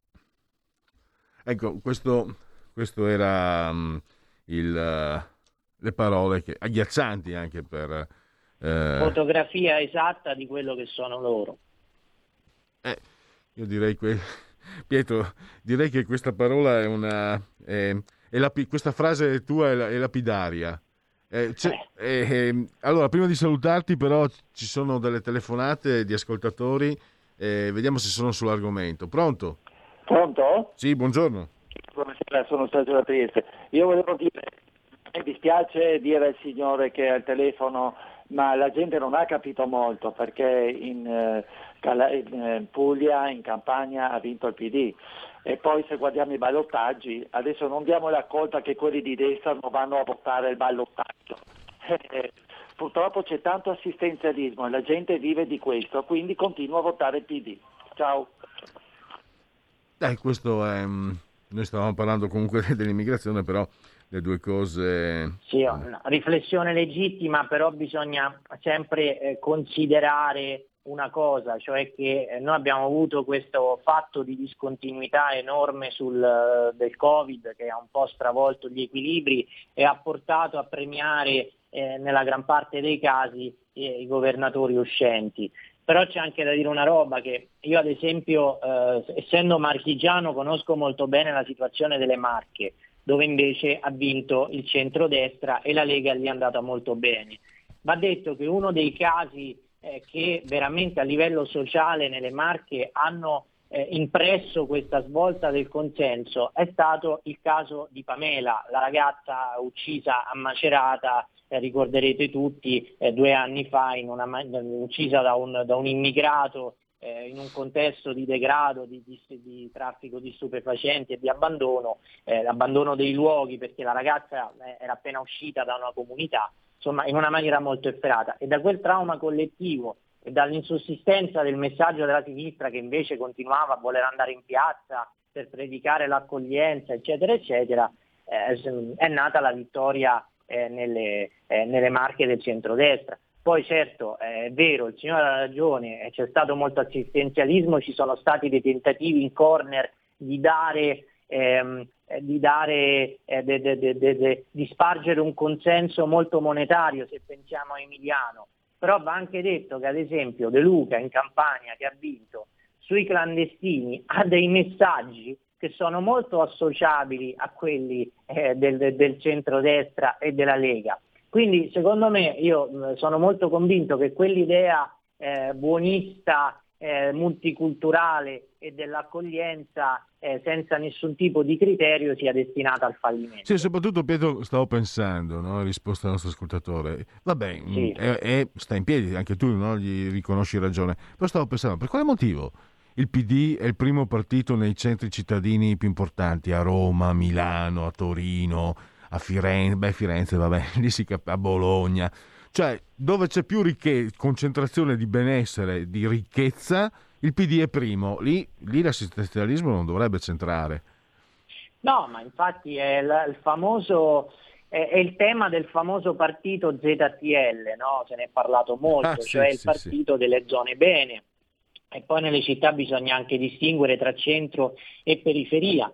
Ecco, questo, questo era um, il, uh, le parole che, agghiaccianti anche per... Eh, fotografia esatta di quello che sono loro. Eh, io direi que... Pietro, direi che questa parola è una è, è lapi... questa frase tua è, la... è lapidaria. Eh, eh. Eh, allora, prima di salutarti, però, ci sono delle telefonate di ascoltatori. Eh, vediamo se sono sull'argomento. Pronto? Pronto? Sì, buongiorno. Buonasera, sono Sergio da Trieste. Io volevo dire, mi dispiace dire al signore che è al telefono, ma la gente non ha capito molto, perché in, eh, in Puglia, in Campania ha vinto il P D, e poi se guardiamo i ballottaggi, adesso non diamo la colpa che quelli di destra non vanno a votare il ballottaggio. Eh, purtroppo c'è tanto assistenzialismo e la gente vive di questo, quindi continua a votare il P D. Ciao. Eh, questo è... Noi stavamo parlando comunque dell'immigrazione, però le due cose... Sì, una riflessione legittima, però bisogna sempre eh, considerare una cosa, cioè che eh, noi abbiamo avuto questo fatto di discontinuità enorme sul, uh, del Covid, che ha un po' stravolto gli equilibri e ha portato a premiare eh, nella gran parte dei casi eh, i governatori uscenti. Però c'è anche da dire una roba, che io ad esempio, eh, essendo marchigiano, conosco molto bene la situazione delle Marche, dove invece ha vinto il centrodestra e la Lega gli è andata molto bene. Va detto che uno dei casi eh, che veramente a livello sociale nelle Marche hanno eh, impresso questa svolta del consenso è stato il caso di Pamela, la ragazza uccisa a Macerata, eh, ricorderete tutti, eh, due anni fa, in una, uccisa da un, da un immigrato eh, in un contesto di degrado, di, di, di traffico di stupefacenti e di abbandono, eh, abbandono dei luoghi, perché la ragazza era appena uscita da una comunità, insomma in una maniera molto efferata. E da quel trauma collettivo e dall'insussistenza del messaggio della sinistra, che invece continuava a voler andare in piazza per predicare l'accoglienza, eccetera, eccetera, eh, è nata la vittoria eh, nelle, eh, nelle Marche del centrodestra. Poi certo, eh, è vero, il signore ha ragione, eh, c'è stato molto assistenzialismo, ci sono stati dei tentativi in corner di dare, ehm, di, dare eh, de, de, de, de, de, di spargere un consenso molto monetario, se pensiamo a Emiliano. Però va anche detto che ad esempio De Luca in Campania, che ha vinto, sui clandestini ha dei messaggi che sono molto associabili a quelli eh, del, del centrodestra e della Lega. Quindi secondo me, io sono molto convinto che quell'idea eh, buonista, eh, multiculturale e dell'accoglienza eh, senza nessun tipo di criterio sia destinata al fallimento. Sì, soprattutto Pietro, stavo pensando, no? Risposta al nostro ascoltatore, vabbè, sì. è, è, sta in piedi, anche tu, no? Gli riconosci ragione, però stavo pensando, per quale motivo il P D è il primo partito nei centri cittadini più importanti, a Roma, a Milano, a Torino, a Firenze, beh Firenze, vabbè, lì si cap- a Bologna, cioè dove c'è più ricche- concentrazione di benessere, di ricchezza, il P D è primo, lì, lì l'assistenzialismo non dovrebbe centrare. No, ma infatti è il, il famoso, è, è il tema del famoso partito Z T L, no? Se ne è parlato molto, ah, cioè sì, il sì, partito sì. delle zone bene, e poi nelle città bisogna anche distinguere tra centro e periferia.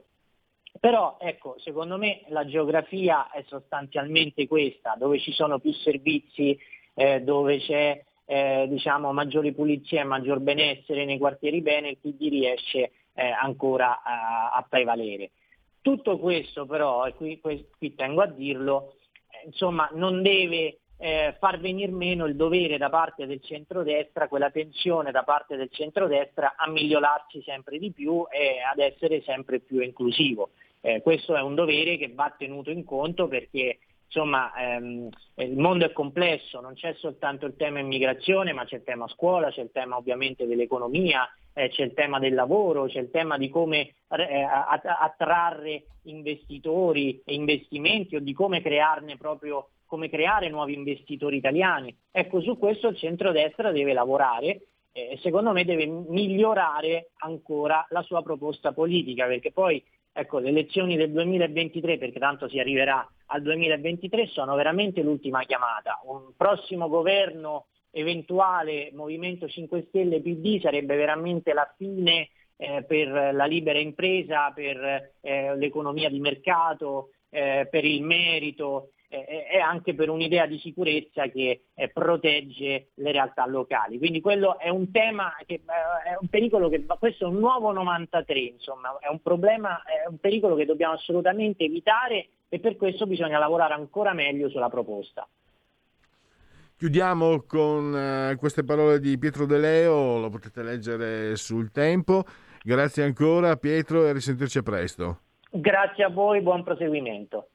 Però ecco, secondo me la geografia è sostanzialmente questa, dove ci sono più servizi, eh, dove c'è eh, diciamo maggiore pulizia e maggior benessere nei quartieri bene, il P D riesce eh, ancora a, a prevalere. Tutto questo però, e qui, qui tengo a dirlo, eh, insomma non deve eh, far venir meno il dovere da parte del centrodestra, quella tensione da parte del centrodestra a migliorarsi sempre di più e ad essere sempre più inclusivo. Eh, questo è un dovere che va tenuto in conto, perché insomma ehm, il mondo è complesso, non c'è soltanto il tema immigrazione, ma c'è il tema scuola, c'è il tema ovviamente dell'economia, eh, c'è il tema del lavoro, c'è il tema di come eh, attrarre investitori e investimenti o di come crearne proprio, come creare nuovi investitori italiani. Ecco, su questo il centrodestra deve lavorare e eh, secondo me deve migliorare ancora la sua proposta politica, perché poi ecco, le elezioni del duemilaventitré, perché tanto si arriverà al duemilaventitré, sono veramente l'ultima chiamata. Un prossimo governo eventuale Movimento cinque Stelle P D sarebbe veramente la fine eh, per la libera impresa, per eh, l'economia di mercato, eh, per il merito eh, e anche per un'idea di sicurezza che eh, protegge le realtà locali. Quindi quello è un tema che eh, è un pericolo che questo è un nuovo novantatré, insomma, è un problema, è un pericolo che dobbiamo assolutamente evitare e per questo bisogna lavorare ancora meglio sulla proposta. Chiudiamo con uh, queste parole di Pietro De Leo, lo potete leggere sul Tempo. Grazie ancora Pietro e a risentirci presto. Grazie a voi, buon proseguimento.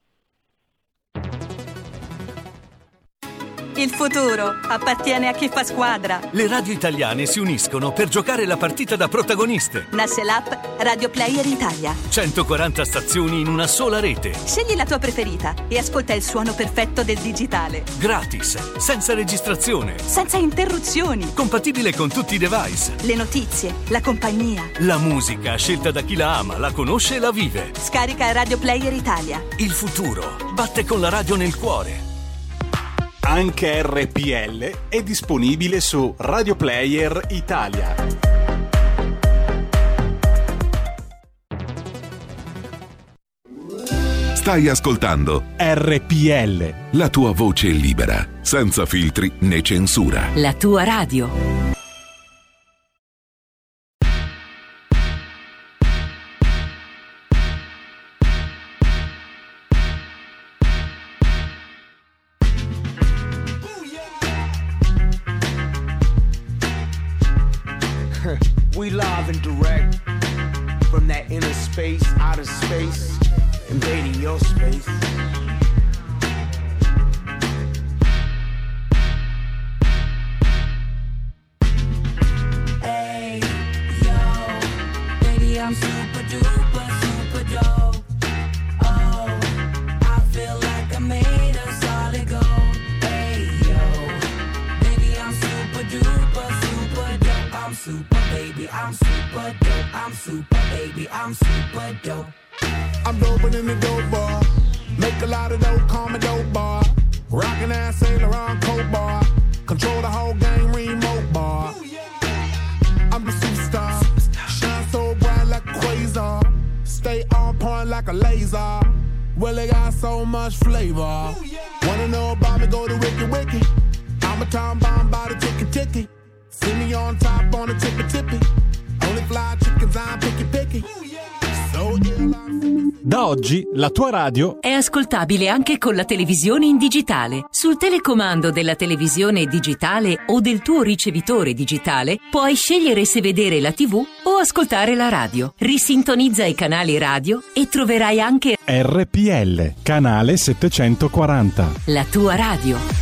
Il futuro appartiene a chi fa squadra. Le radio italiane si uniscono per giocare la partita da protagoniste. Nasce l'app Radio Player Italia. centoquaranta stazioni in una sola rete. Scegli la tua preferita e ascolta il suono perfetto del digitale. Gratis, senza registrazione. Senza interruzioni. Compatibile con tutti i device. Le notizie, la compagnia. La musica, scelta da chi la ama, la conosce e la vive. Scarica Radio Player Italia. Il futuro batte con la radio nel cuore. Anche R P L è disponibile su Radio Player Italia. Stai ascoltando R P L, la tua voce libera, senza filtri né censura. La tua radio. We live and direct from that inner space, outer space, invading your space. Hey, yo, baby, I'm super duper, super dope. Oh, I feel like I'm made of solid gold. Hey, yo, baby, I'm super duper, super dope. I'm super, baby, I'm super dope. I'm super, baby, I'm super dope. I'm doping in the dope bar. Make a lot of dope, call me dope bar. Rockin' ass Saint Laurent coat bar. Control the whole game, remote bar. I'm the superstar. Shine so bright like a quasar. Stay on point like a laser. Well, they got so much flavor. Wanna know about me, go to Wiki Wiki. I'm a time bomb by the ticky ticky. See me on top on the tippy tippy. Only fly chickens, I'm picky picky. So Da oggi la tua radio è ascoltabile anche con la televisione in digitale. Sul telecomando della televisione digitale o del tuo ricevitore digitale puoi scegliere se vedere la tivù o ascoltare la radio. Risintonizza i canali radio e troverai anche R P L, canale settecentoquaranta. La tua radio.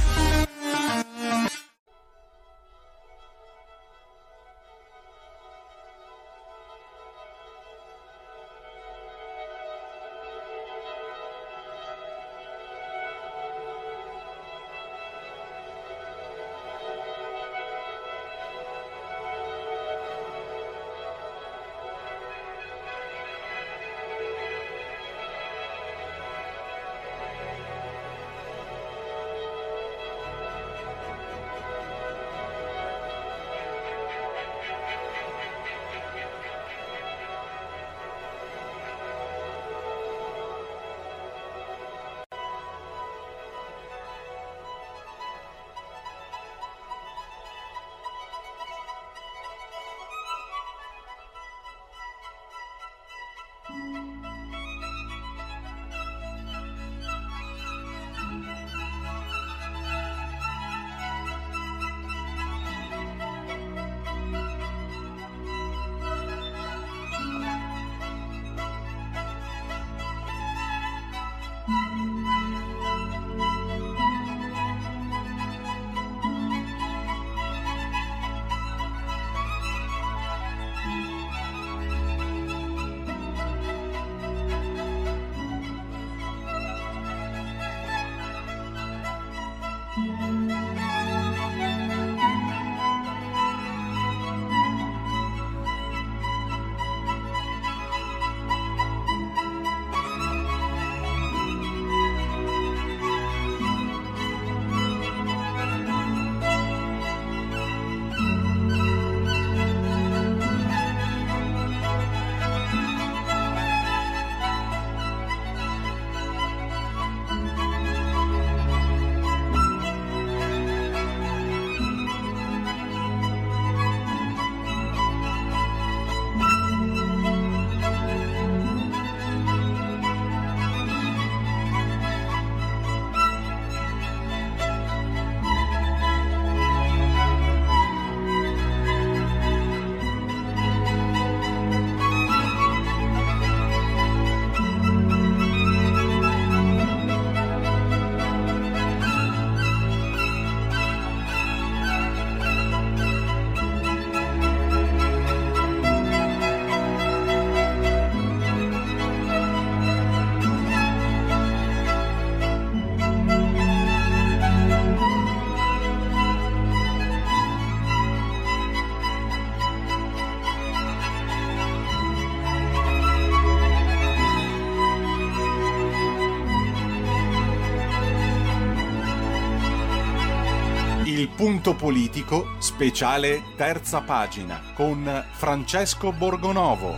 Punto politico, speciale terza pagina, con Francesco Borgonovo.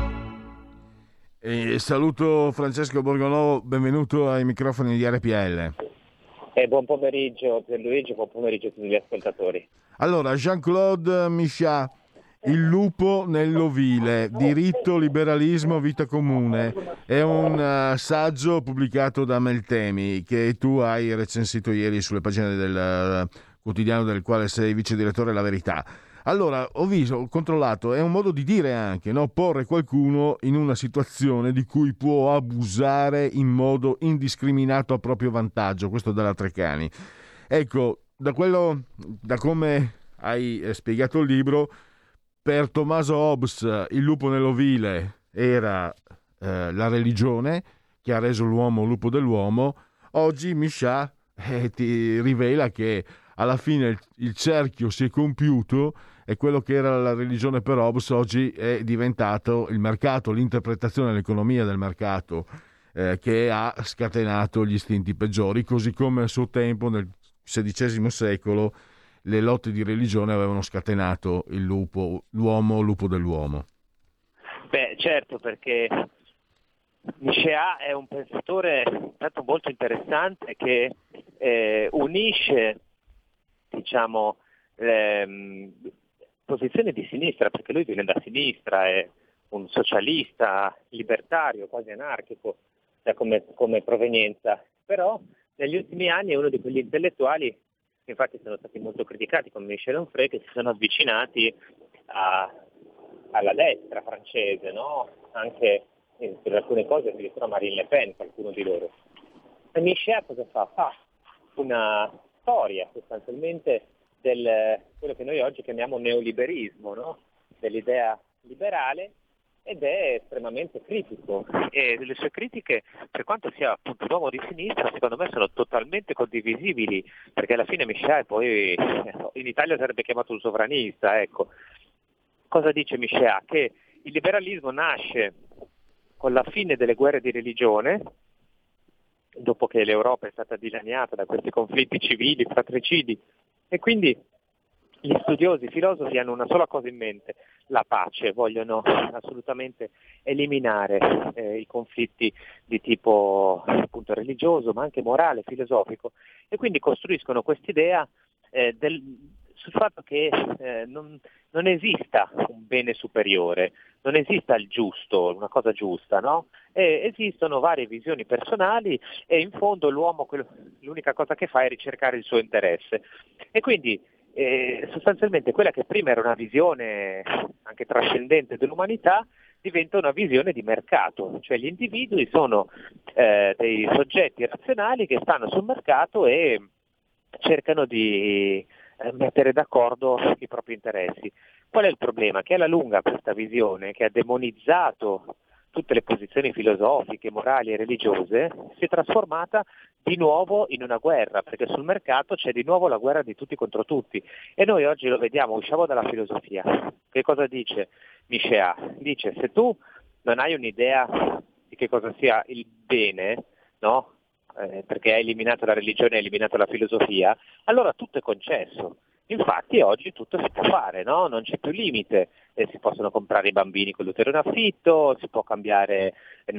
E saluto Francesco Borgonovo, benvenuto ai microfoni di R P L. Eh, buon pomeriggio Pierluigi, buon pomeriggio a tutti gli ascoltatori. Allora, Jean-Claude Michat, Il lupo nell'ovile, diritto, liberalismo, vita comune, è un uh, saggio pubblicato da Meltemi che tu hai recensito ieri sulle pagine del uh, quotidiano del quale sei vice direttore La Verità. Allora, ho visto, ho controllato, è un modo di dire anche, no? Porre qualcuno in una situazione di cui può abusare in modo indiscriminato a proprio vantaggio, questo dalla Treccani. Ecco, da quello, da come hai spiegato il libro, per Tommaso Hobbes il lupo nell'ovile era eh, la religione che ha reso l'uomo lupo dell'uomo. Oggi Michat eh, ti rivela che alla fine il, il cerchio si è compiuto e quello che era la religione per Hobbes oggi è diventato il mercato, l'interpretazione dell'economia del mercato eh, che ha scatenato gli istinti peggiori, così come a suo tempo nel sedicesimo secolo le lotte di religione avevano scatenato il lupo, l'uomo lupo dell'uomo. Beh, certo, perché Michat è un pensatore tanto molto interessante che eh, unisce, diciamo, ehm, posizioni di sinistra, perché lui viene da sinistra, è un socialista libertario, quasi anarchico, da come, come provenienza, però negli ultimi anni è uno di quegli intellettuali che infatti sono stati molto criticati come Michel Onfray, che si sono avvicinati a, alla destra francese, no? Anche eh, per alcune cose addirittura Marine Le Pen, qualcuno di loro. E Michat cosa fa? Fa una storia sostanzialmente del quello che noi oggi chiamiamo neoliberismo, no? Dell'idea liberale, ed è estremamente critico, e le sue critiche, per quanto sia appunto un uomo di sinistra, secondo me sono totalmente condivisibili, perché alla fine Michat poi in Italia sarebbe chiamato un sovranista, ecco. Cosa dice Michat? Che il liberalismo nasce con la fine delle guerre di religione, dopo che l'Europa è stata dilaniata da questi conflitti civili, fratricidi, e quindi gli studiosi, i filosofi hanno una sola cosa in mente, la pace, vogliono assolutamente eliminare eh, i conflitti di tipo appunto religioso, ma anche morale, filosofico, e quindi costruiscono quest'idea eh, del, sul fatto che eh, non, non esista un bene superiore, non esista il giusto, una cosa giusta, no? E esistono varie visioni personali e in fondo l'uomo quello, l'unica cosa che fa è ricercare il suo interesse. E quindi Eh, sostanzialmente quella che prima era una visione anche trascendente dell'umanità diventa una visione di mercato, cioè gli individui sono eh, dei soggetti razionali che stanno sul mercato e cercano di eh, mettere d'accordo i propri interessi. Qual è il problema? Che alla lunga questa visione, che ha demonizzato tutte le posizioni filosofiche, morali e religiose, si è trasformata di nuovo in una guerra, perché sul mercato c'è di nuovo la guerra di tutti contro tutti. E noi oggi lo vediamo, usciamo dalla filosofia. Che cosa dice Michat? Dice, se tu non hai un'idea di che cosa sia il bene, no? Eh, perché hai eliminato la religione, hai eliminato la filosofia, allora tutto è concesso. Infatti oggi tutto si può fare, no? Non c'è più limite, eh, si possono comprare i bambini con l'utero in affitto, si può cambiare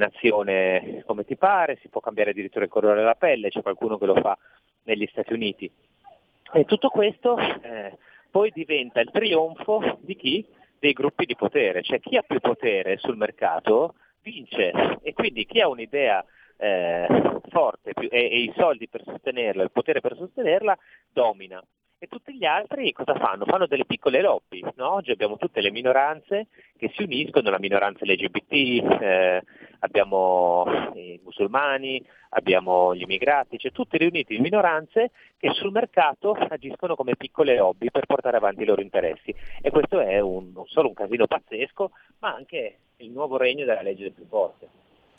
nazione come ti pare, si può cambiare addirittura il colore della pelle, c'è qualcuno che lo fa negli Stati Uniti. E tutto questo eh, poi diventa il trionfo di chi? Dei gruppi di potere, cioè chi ha più potere sul mercato vince, e quindi chi ha un'idea eh, forte più, e, e i soldi per sostenerla, il potere per sostenerla, domina. E tutti gli altri cosa fanno? Fanno delle piccole lobby, no? Oggi abbiamo tutte le minoranze che si uniscono, la minoranza L G B T, eh, abbiamo i musulmani, abbiamo gli immigrati, cioè tutti riuniti in minoranze che sul mercato agiscono come piccole lobby per portare avanti i loro interessi. E questo è un, non solo un casino pazzesco, ma anche il nuovo regno della legge del più forte.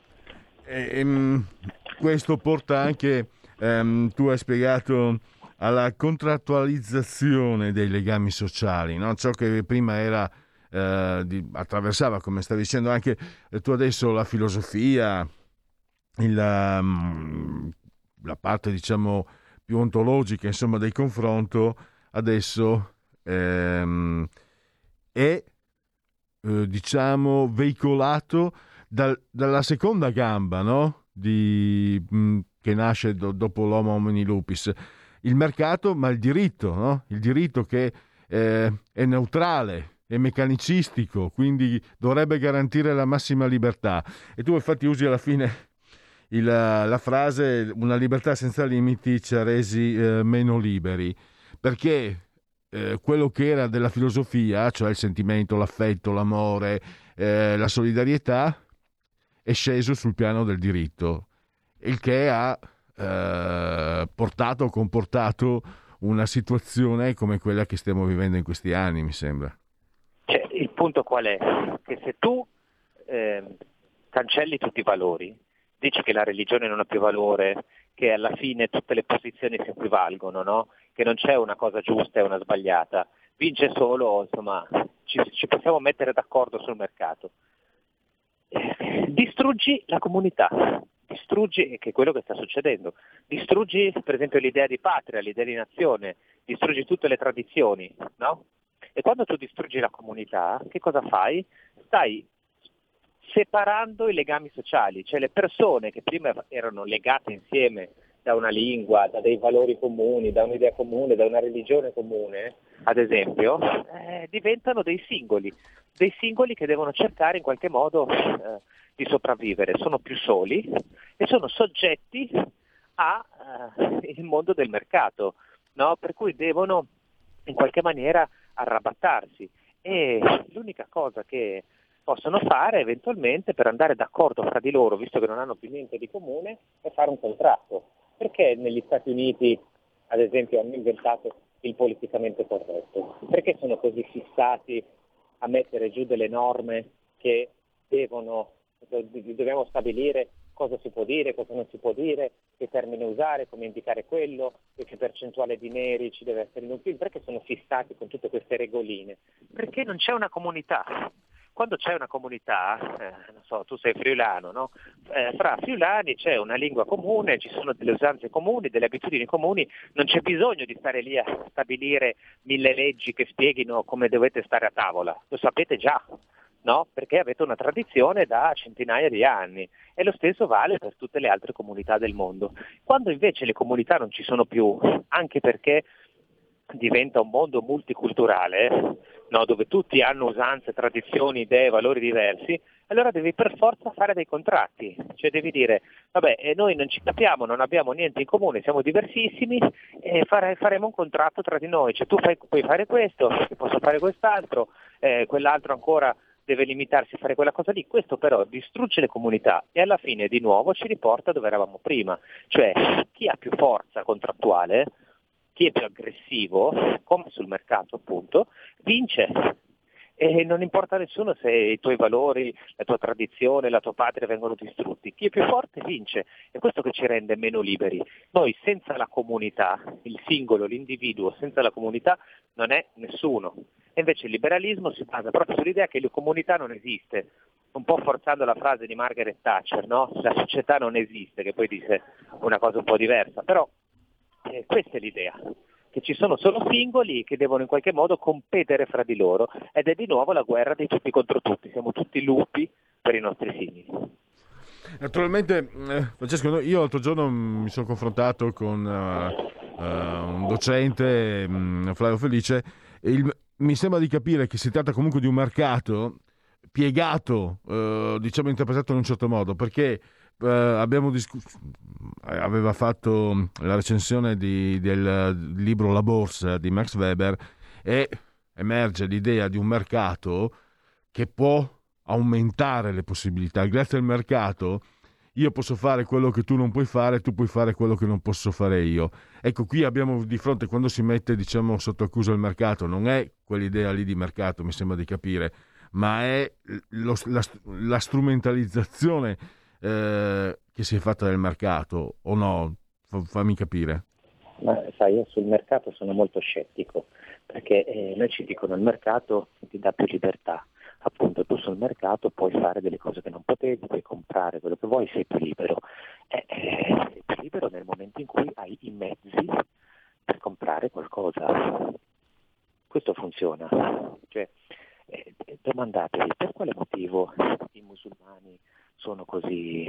E, um, questo porta anche, um, tu hai spiegato, alla contrattualizzazione dei legami sociali, no? Ciò che prima era eh, di, attraversava, come stavi dicendo anche tu adesso, la filosofia, il, um, la parte diciamo più ontologica, insomma, del confronto, adesso ehm, è eh, diciamo veicolato dal, dalla seconda gamba, no? Di, mh, che nasce do, dopo l'Homo homini lupus, il mercato, ma il diritto, no? Il diritto che eh, è neutrale, è meccanicistico, quindi dovrebbe garantire la massima libertà. E tu infatti usi alla fine il, la frase una libertà senza limiti ci ha resi eh, meno liberi, perché eh, quello che era della filosofia, cioè il sentimento, l'affetto, l'amore, eh, la solidarietà, è sceso sul piano del diritto, il che ha eh, portato, comportato una situazione come quella che stiamo vivendo in questi anni, mi sembra. Cioè, il punto qual è? Che se tu eh, cancelli tutti i valori, dici che la religione non ha più valore, che alla fine tutte le posizioni si equivalgono, no? Che non c'è una cosa giusta e una sbagliata, vince solo, insomma, ci, ci possiamo mettere d'accordo sul mercato. Eh, distruggi la comunità, distruggi, che è quello che sta succedendo, distruggi per esempio l'idea di patria, l'idea di nazione, distruggi tutte le tradizioni, no? E quando tu distruggi la comunità, che cosa fai? Stai separando i legami sociali, cioè le persone che prima erano legate insieme da una lingua, da dei valori comuni, da un'idea comune, da una religione comune, ad esempio, eh, diventano dei singoli, dei singoli che devono cercare in qualche modo eh, di sopravvivere, sono più soli e sono soggetti al eh, mondo del mercato, no? Per cui devono in qualche maniera arrabattarsi e l'unica cosa che possono fare eventualmente per andare d'accordo fra di loro, visto che non hanno più niente di comune, è fare un contratto. Perché negli Stati Uniti, ad esempio, hanno inventato il politicamente corretto? Perché sono così fissati a mettere giù delle norme che devono, dobbiamo stabilire cosa si può dire, cosa non si può dire, che termine usare, come indicare quello, e che percentuale di neri ci deve essere in un film? Perché sono fissati con tutte queste regoline? Perché non c'è una comunità. Quando c'è una comunità, eh, non so, tu sei friulano, no? Eh, fra friulani c'è una lingua comune, ci sono delle usanze comuni, delle abitudini comuni, non c'è bisogno di stare lì a stabilire mille leggi che spieghino come dovete stare a tavola, lo sapete già, no? Perché avete una tradizione da centinaia di anni e lo stesso vale per tutte le altre comunità del mondo. Quando invece le comunità non ci sono più, anche perché diventa un mondo multiculturale, no, dove tutti hanno usanze, tradizioni, idee, valori diversi, allora devi per forza fare dei contratti, cioè devi dire, vabbè, e noi non ci capiamo, non abbiamo niente in comune, siamo diversissimi, e fare, faremo un contratto tra di noi, cioè tu fai, puoi fare questo, io posso fare quest'altro, eh, quell'altro ancora deve limitarsi a fare quella cosa lì, questo però distrugge le comunità e alla fine di nuovo ci riporta dove eravamo prima, cioè chi ha più forza contrattuale, chi è più aggressivo, come sul mercato appunto, vince. E non importa a nessuno se i tuoi valori, la tua tradizione, la tua patria vengono distrutti. Chi è più forte vince. È questo che ci rende meno liberi. Noi senza la comunità, il singolo, l'individuo, senza la comunità non è nessuno. E invece il liberalismo si basa proprio sull'idea che la comunità non esiste. Un po' forzando la frase di Margaret Thatcher, no? La società non esiste, che poi disse una cosa un po' diversa. Però Eh, questa è l'idea, che ci sono solo singoli che devono in qualche modo competere fra di loro ed è di nuovo la guerra dei tutti contro tutti, siamo tutti lupi per i nostri simili. Naturalmente, eh, Francesco, io l'altro giorno mi sono confrontato con uh, uh, un docente, um, Flavio Felice, e il, mi sembra di capire che si tratta comunque di un mercato piegato, uh, diciamo interpretato in un certo modo, perché Uh, abbiamo discusso, aveva fatto la recensione di, del libro La Borsa di Max Weber e emerge l'idea di un mercato che può aumentare le possibilità. Grazie al mercato io posso fare quello che tu non puoi fare, tu puoi fare quello che non posso fare io. Ecco, qui abbiamo di fronte, quando si mette diciamo sotto accusa il mercato, non è quell'idea lì di mercato, mi sembra di capire, ma è lo, la, la strumentalizzazione Eh, che si è fatta del mercato, o no? F- fammi capire. Ma sai, io sul mercato sono molto scettico, perché eh, noi ci dicono il mercato ti dà più libertà, appunto tu sul mercato puoi fare delle cose che non potevi, puoi comprare quello che vuoi, sei più libero. Eh, eh, sei più libero nel momento in cui hai i mezzi per comprare qualcosa. questo funziona. Cioè, eh, domandatevi per quale motivo i musulmani sono così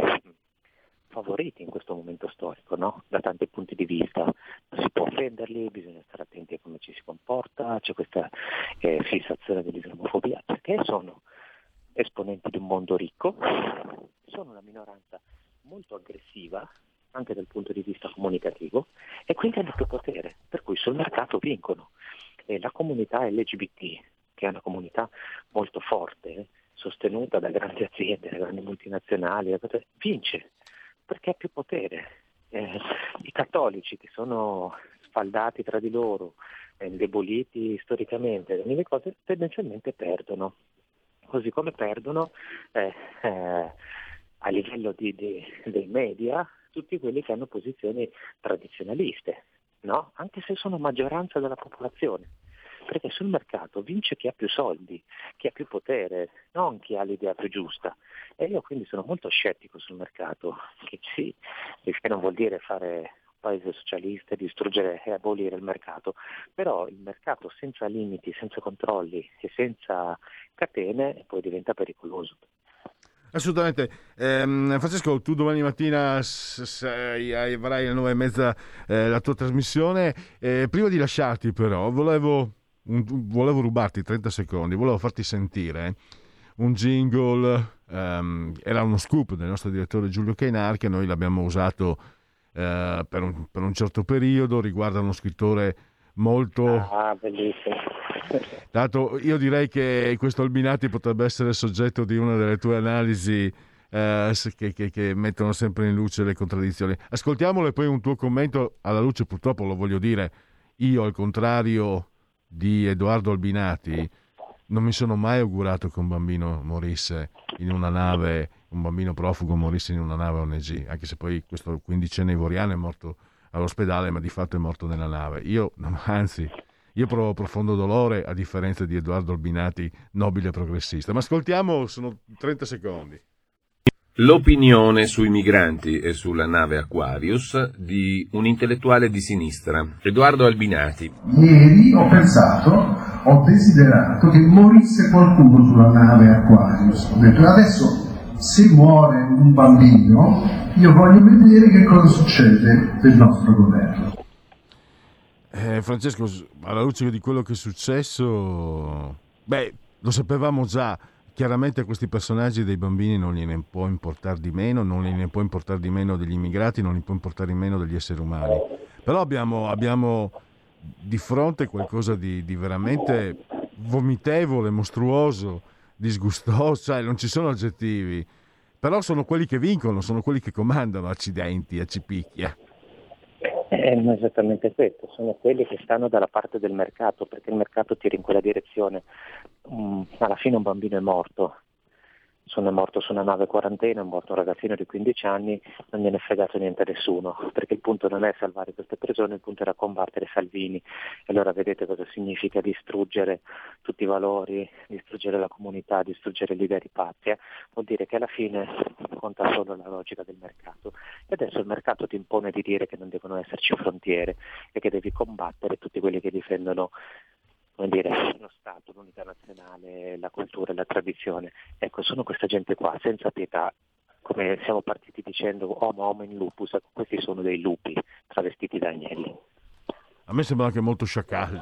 favoriti in questo momento storico, no? Da tanti punti di vista. Non si può offenderli, bisogna stare attenti a come ci si comporta, c'è questa eh, fissazione dell'islamofobia, perché sono esponenti di un mondo ricco, sono una minoranza molto aggressiva anche dal punto di vista comunicativo e quindi hanno più potere, per cui sul mercato vincono. E la comunità L G B T, che è una comunità molto forte, eh, sostenuta da grandi aziende, da grandi multinazionali, vince perché ha più potere. Eh, I cattolici, che sono sfaldati tra di loro, eh, indeboliti storicamente, le cose tendenzialmente perdono, così come perdono eh, eh, a livello di, di, dei media tutti quelli che hanno posizioni tradizionaliste, no? Anche se sono maggioranza della popolazione, perché sul mercato vince chi ha più soldi, chi ha più potere, non chi ha l'idea più giusta. E io quindi sono molto scettico sul mercato, che sì, il che non vuol dire fare un paese socialista e distruggere e abolire il mercato, però il mercato senza limiti, senza controlli e senza catene poi diventa pericoloso. Assolutamente. Eh, Francesco, tu domani mattina sei, avrai alle nove e mezza eh, la tua trasmissione. Eh, prima di lasciarti però volevo, un, volevo rubarti trenta secondi, volevo farti sentire un jingle, um, era uno scoop del nostro direttore Giulio Cainar, che noi l'abbiamo usato uh, per, un, per un certo periodo, riguarda uno scrittore molto... Ah, bellissimo. Dato, io direi che questo Albinati potrebbe essere soggetto di una delle tue analisi eh, che, che, che mettono sempre in luce le contraddizioni. Ascoltiamolo e poi un tuo commento alla luce, purtroppo lo voglio dire, io al contrario di Edoardo Albinati non mi sono mai augurato che un bambino morisse in una nave, un bambino profugo morisse in una nave O N G, anche se poi questo quindicenne ivoriano è morto all'ospedale, ma di fatto è morto nella nave. Io, anzi... Io provo profondo dolore, a differenza di Edoardo Albinati, nobile progressista. Ma ascoltiamo, sono trenta secondi. L'opinione sui migranti e sulla nave Aquarius di un intellettuale di sinistra, Edoardo Albinati. Ieri ho pensato, ho desiderato che morisse qualcuno sulla nave Aquarius. Ho detto, adesso se muore un bambino, io voglio vedere che cosa succede del nostro governo. Eh, Francesco, alla luce di quello che è successo, beh, lo sapevamo già, chiaramente a questi personaggi dei bambini non gliene può importare di meno, non gliene può importare di meno degli immigrati, non gli può importare di meno degli esseri umani, però abbiamo, abbiamo di fronte qualcosa di, di veramente vomitevole, mostruoso, disgustoso, cioè non ci sono aggettivi, però sono quelli che vincono, sono quelli che comandano, accidenti, accipicchia. È esattamente questo, sono quelli che stanno dalla parte del mercato, perché il mercato tira in quella direzione. Um, alla fine un bambino è morto, sono morto su una nave quarantena, è morto un ragazzino di quindici anni, non gliene è fregato niente a nessuno, perché il punto non è salvare queste persone, il punto era combattere Salvini. E allora vedete cosa significa distruggere tutti i valori, distruggere la comunità, distruggere l'idea di patria, vuol dire che alla fine conta solo la logica del mercato. E adesso il mercato ti impone di dire che non devono esserci frontiere e che devi combattere tutti quelli che difendono, come dire, lo Stato, l'unità nazionale, la cultura e la tradizione. Ecco, sono questa gente qua, senza pietà, come siamo partiti dicendo homo homo in lupus, ecco, questi sono dei lupi travestiti da agnelli. A me sembra anche molto sciacalli.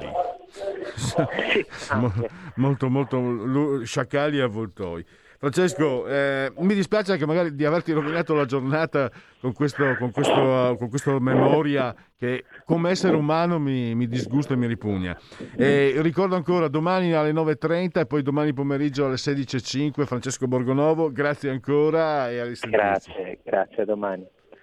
Sì, molto, molto sciacalli e avvoltoi. Francesco, eh, mi dispiace anche magari di averti rovinato la giornata con questo, con questo, con questo memoria che come essere umano mi, mi disgusta e mi ripugna. E ricordo ancora domani alle nove e trenta e poi domani pomeriggio alle sedici e cinque Francesco Borgonovo, grazie ancora e a risentirci. Grazie, grazie, a domani.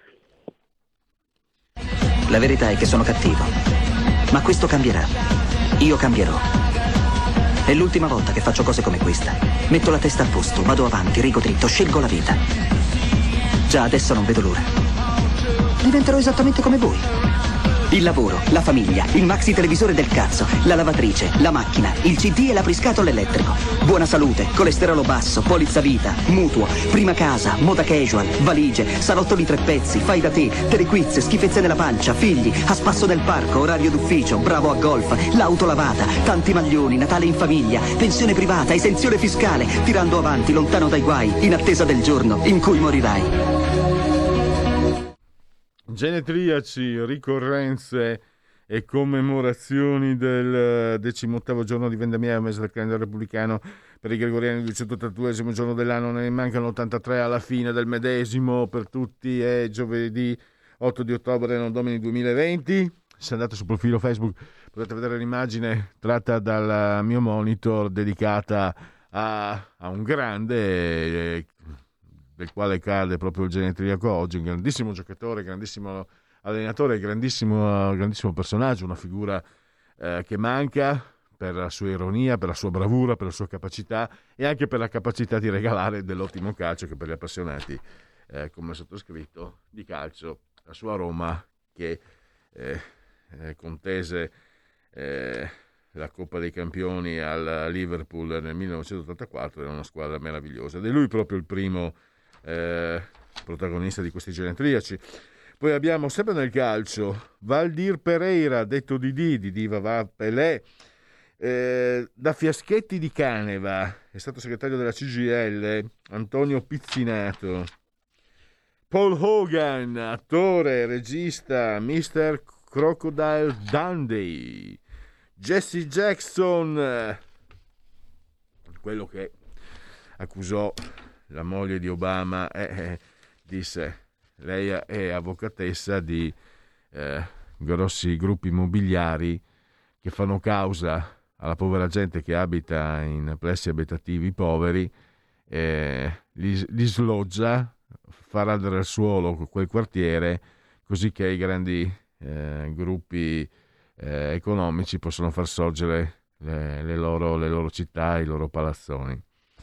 La verità è che sono cattivo, ma questo cambierà. Io cambierò. È l'ultima volta che faccio cose come questa. Metto la testa a posto, vado avanti, rigo dritto, scelgo la vita. Già adesso non vedo l'ora. Diventerò esattamente come voi. Il lavoro, la famiglia, il maxi televisore del cazzo, la lavatrice, la macchina, il C D e l'apriscatole elettrico. Buona salute, colesterolo basso, polizza vita, mutuo, prima casa, moda casual, valigie, salottoli tre pezzi, fai da te, telequiz, schifezze nella pancia, figli, a spasso nel parco, orario d'ufficio, bravo a golf, l'auto lavata, tanti maglioni, Natale in famiglia, pensione privata, esenzione fiscale, tirando avanti, lontano dai guai, in attesa del giorno in cui morirai. Genetriaci, ricorrenze e commemorazioni del decimottavo giorno di vendemmia, mese del calendario repubblicano. Per i gregoriani il duecentottantuesimo giorno dell'anno, ne mancano ottantatré alla fine del medesimo. Per tutti è giovedì otto di ottobre, non domini duemilaventi. Se andate sul profilo Facebook potete vedere l'immagine tratta dal mio monitor dedicata a, a un grande eh, del quale cade proprio il genetriaco oggi, un grandissimo giocatore, grandissimo allenatore, grandissimo, grandissimo personaggio, una figura eh, che manca per la sua ironia, per la sua bravura, per la sua capacità e anche per la capacità di regalare dell'ottimo calcio, che per gli appassionati eh, come sottoscritto di calcio, la sua Roma che eh, eh, contese eh, la Coppa dei Campioni al Liverpool nel millenovecentottantaquattro, era una squadra meravigliosa ed è lui proprio il primo eh, protagonista di questi genetriaci. Poi abbiamo sempre nel calcio Valdir Pereira, detto Didi, Didi Vavà Pelé, eh, da Fiaschetti di Caneva, è stato segretario della C G I L, Antonio Pizzinato. Paul Hogan, attore, regista, mister Crocodile Dundee. Jesse Jackson, quello che accusò la moglie di Obama, eh, eh, disse lei è avvocatessa di eh, grossi gruppi immobiliari che fanno causa alla povera gente che abita in plessi abitativi poveri, eh, li, li sloggia, fa radere al suolo quel quartiere così che i grandi eh, gruppi eh, economici possono far sorgere le, le, loro, le loro città, i loro palazzoni.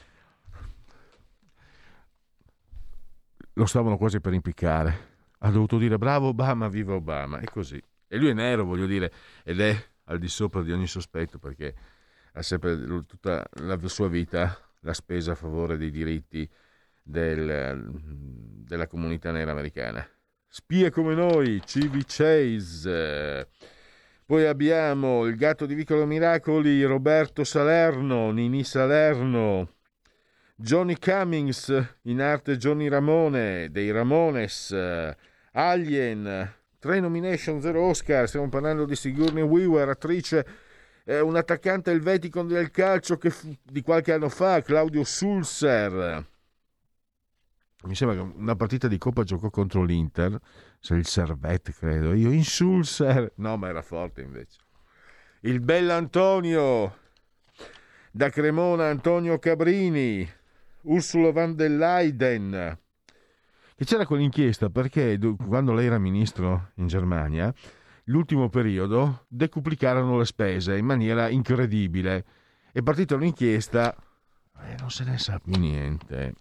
Lo stavano quasi per impiccare, ha dovuto dire bravo Obama, viva Obama, e così. E lui è nero, voglio dire, ed è al di sopra di ogni sospetto, perché ha sempre tutta la sua vita la spesa a favore dei diritti del, della comunità nera americana. Spie come noi, C V Chase. Poi abbiamo il gatto di Vicolo Miracoli, Roberto Salerno, Nini Salerno, Johnny Cummings, in arte Johnny Ramone, dei Ramones, Alien, tre nomination, zero Oscar, stiamo parlando di Sigourney Weaver, attrice, eh, un attaccante elvetico del calcio che fu, di qualche anno fa, Claudio Sulzer. Mi sembra che una partita di Coppa giocò contro l'Inter, se il Servette credo, io in Sulzer, no ma era forte invece. Il bell'Antonio, da Cremona Antonio Cabrini, Ursula von der Leyen, che c'era quell'inchiesta perché quando lei era ministro in Germania, l'ultimo periodo decuplicarono le spese in maniera incredibile. È partita un'inchiesta e non se ne sa più niente.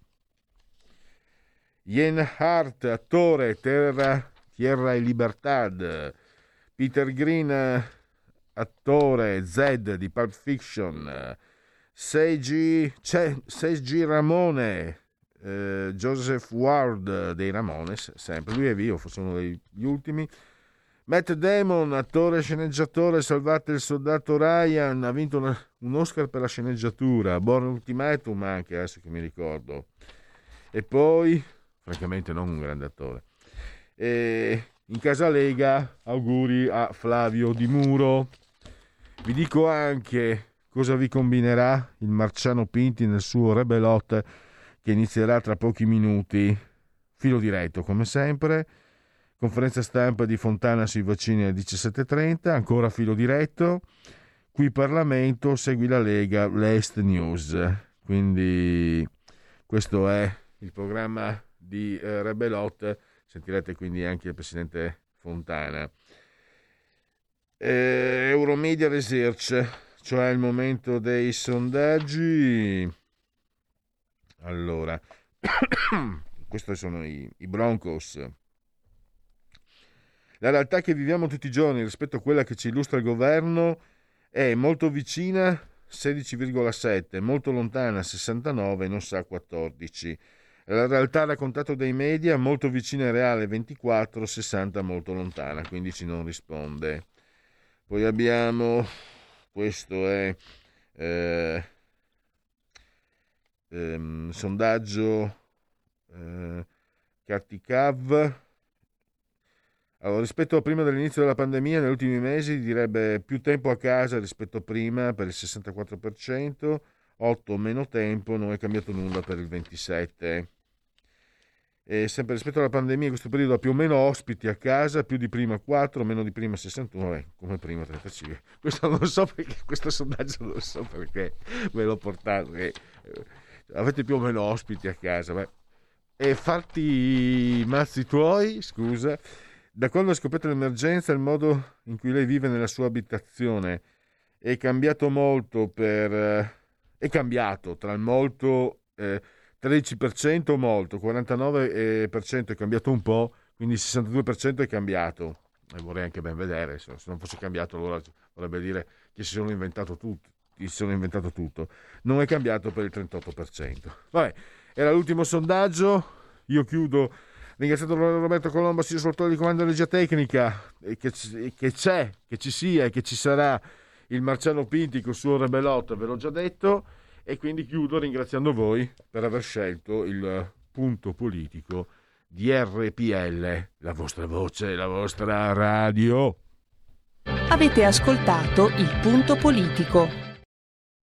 Ian Hart, attore, Terra, Tierra e Libertad. Peter Green, attore, Zed di Pulp Fiction. Seiji Ramone, eh, Joseph Ward dei Ramones, sempre lui è vivo, forse uno degli ultimi. Matt Damon, attore e sceneggiatore, Salvate il soldato Ryan, ha vinto una, un Oscar per la sceneggiatura. Born Ultimatum anche, adesso che mi ricordo. E poi, francamente non un grande attore. E in casa Lega auguri a Flavio Di Muro. Vi dico anche cosa vi combinerà il Marciano Pinti nel suo Rebelot che inizierà tra pochi minuti. Filo diretto come sempre, conferenza stampa di Fontana sui vaccini alle diciassette e trenta, ancora filo diretto, qui Parlamento, segui la Lega, l'Est News. Quindi questo è il programma di eh, Rebelot, sentirete quindi anche il presidente Fontana. Eh, Euromedia Research, cioè il momento dei sondaggi. Allora, questi sono i, i Broncos. La realtà che viviamo tutti i giorni rispetto a quella che ci illustra il governo è molto vicina, sedici virgola sette, molto lontana, sessantanove, non sa, quattordici. La realtà raccontata dai media, molto vicina e reale, ventiquattro, sessanta, molto lontana, quindici non risponde. Poi abbiamo, questo è eh, ehm, sondaggio eh, Carticav. Allora, rispetto a prima dell'inizio della pandemia, negli ultimi mesi direbbe più tempo a casa rispetto a prima per il sessantaquattro per cento, otto meno tempo, non è cambiato nulla per il ventisette per cento. E sempre rispetto alla pandemia, in questo periodo ha più o meno ospiti a casa, più di prima quattro, meno di prima sessantuno, vabbè, come prima trentacinque. Questo non lo so perché, questo sondaggio non lo so perché ve l'ho portato, perché, eh, avete più o meno ospiti a casa, beh. E farti i mazzi tuoi, scusa. Da quando ha scoperto l'emergenza, il modo in cui lei vive nella sua abitazione è cambiato molto per... Eh, è cambiato tra il molto, eh, tredici per cento molto, quarantanove per cento è cambiato un po', quindi il sessantadue per cento è cambiato. E vorrei anche ben vedere, se non fosse cambiato allora vorrebbe dire che si sono inventato tutto, si sono inventato tutto. Non è cambiato per il trentotto per cento. Vabbè, era l'ultimo sondaggio, io chiudo... Ringraziato Roberto Colombo, assessore di comando di regia tecnica, e che, che c'è, che ci sia e che ci sarà il Marciano Pinti col suo rebelotto, ve l'ho già detto, e quindi chiudo ringraziando voi per aver scelto il punto politico di R P L, la vostra voce, la vostra radio. Avete ascoltato il punto politico.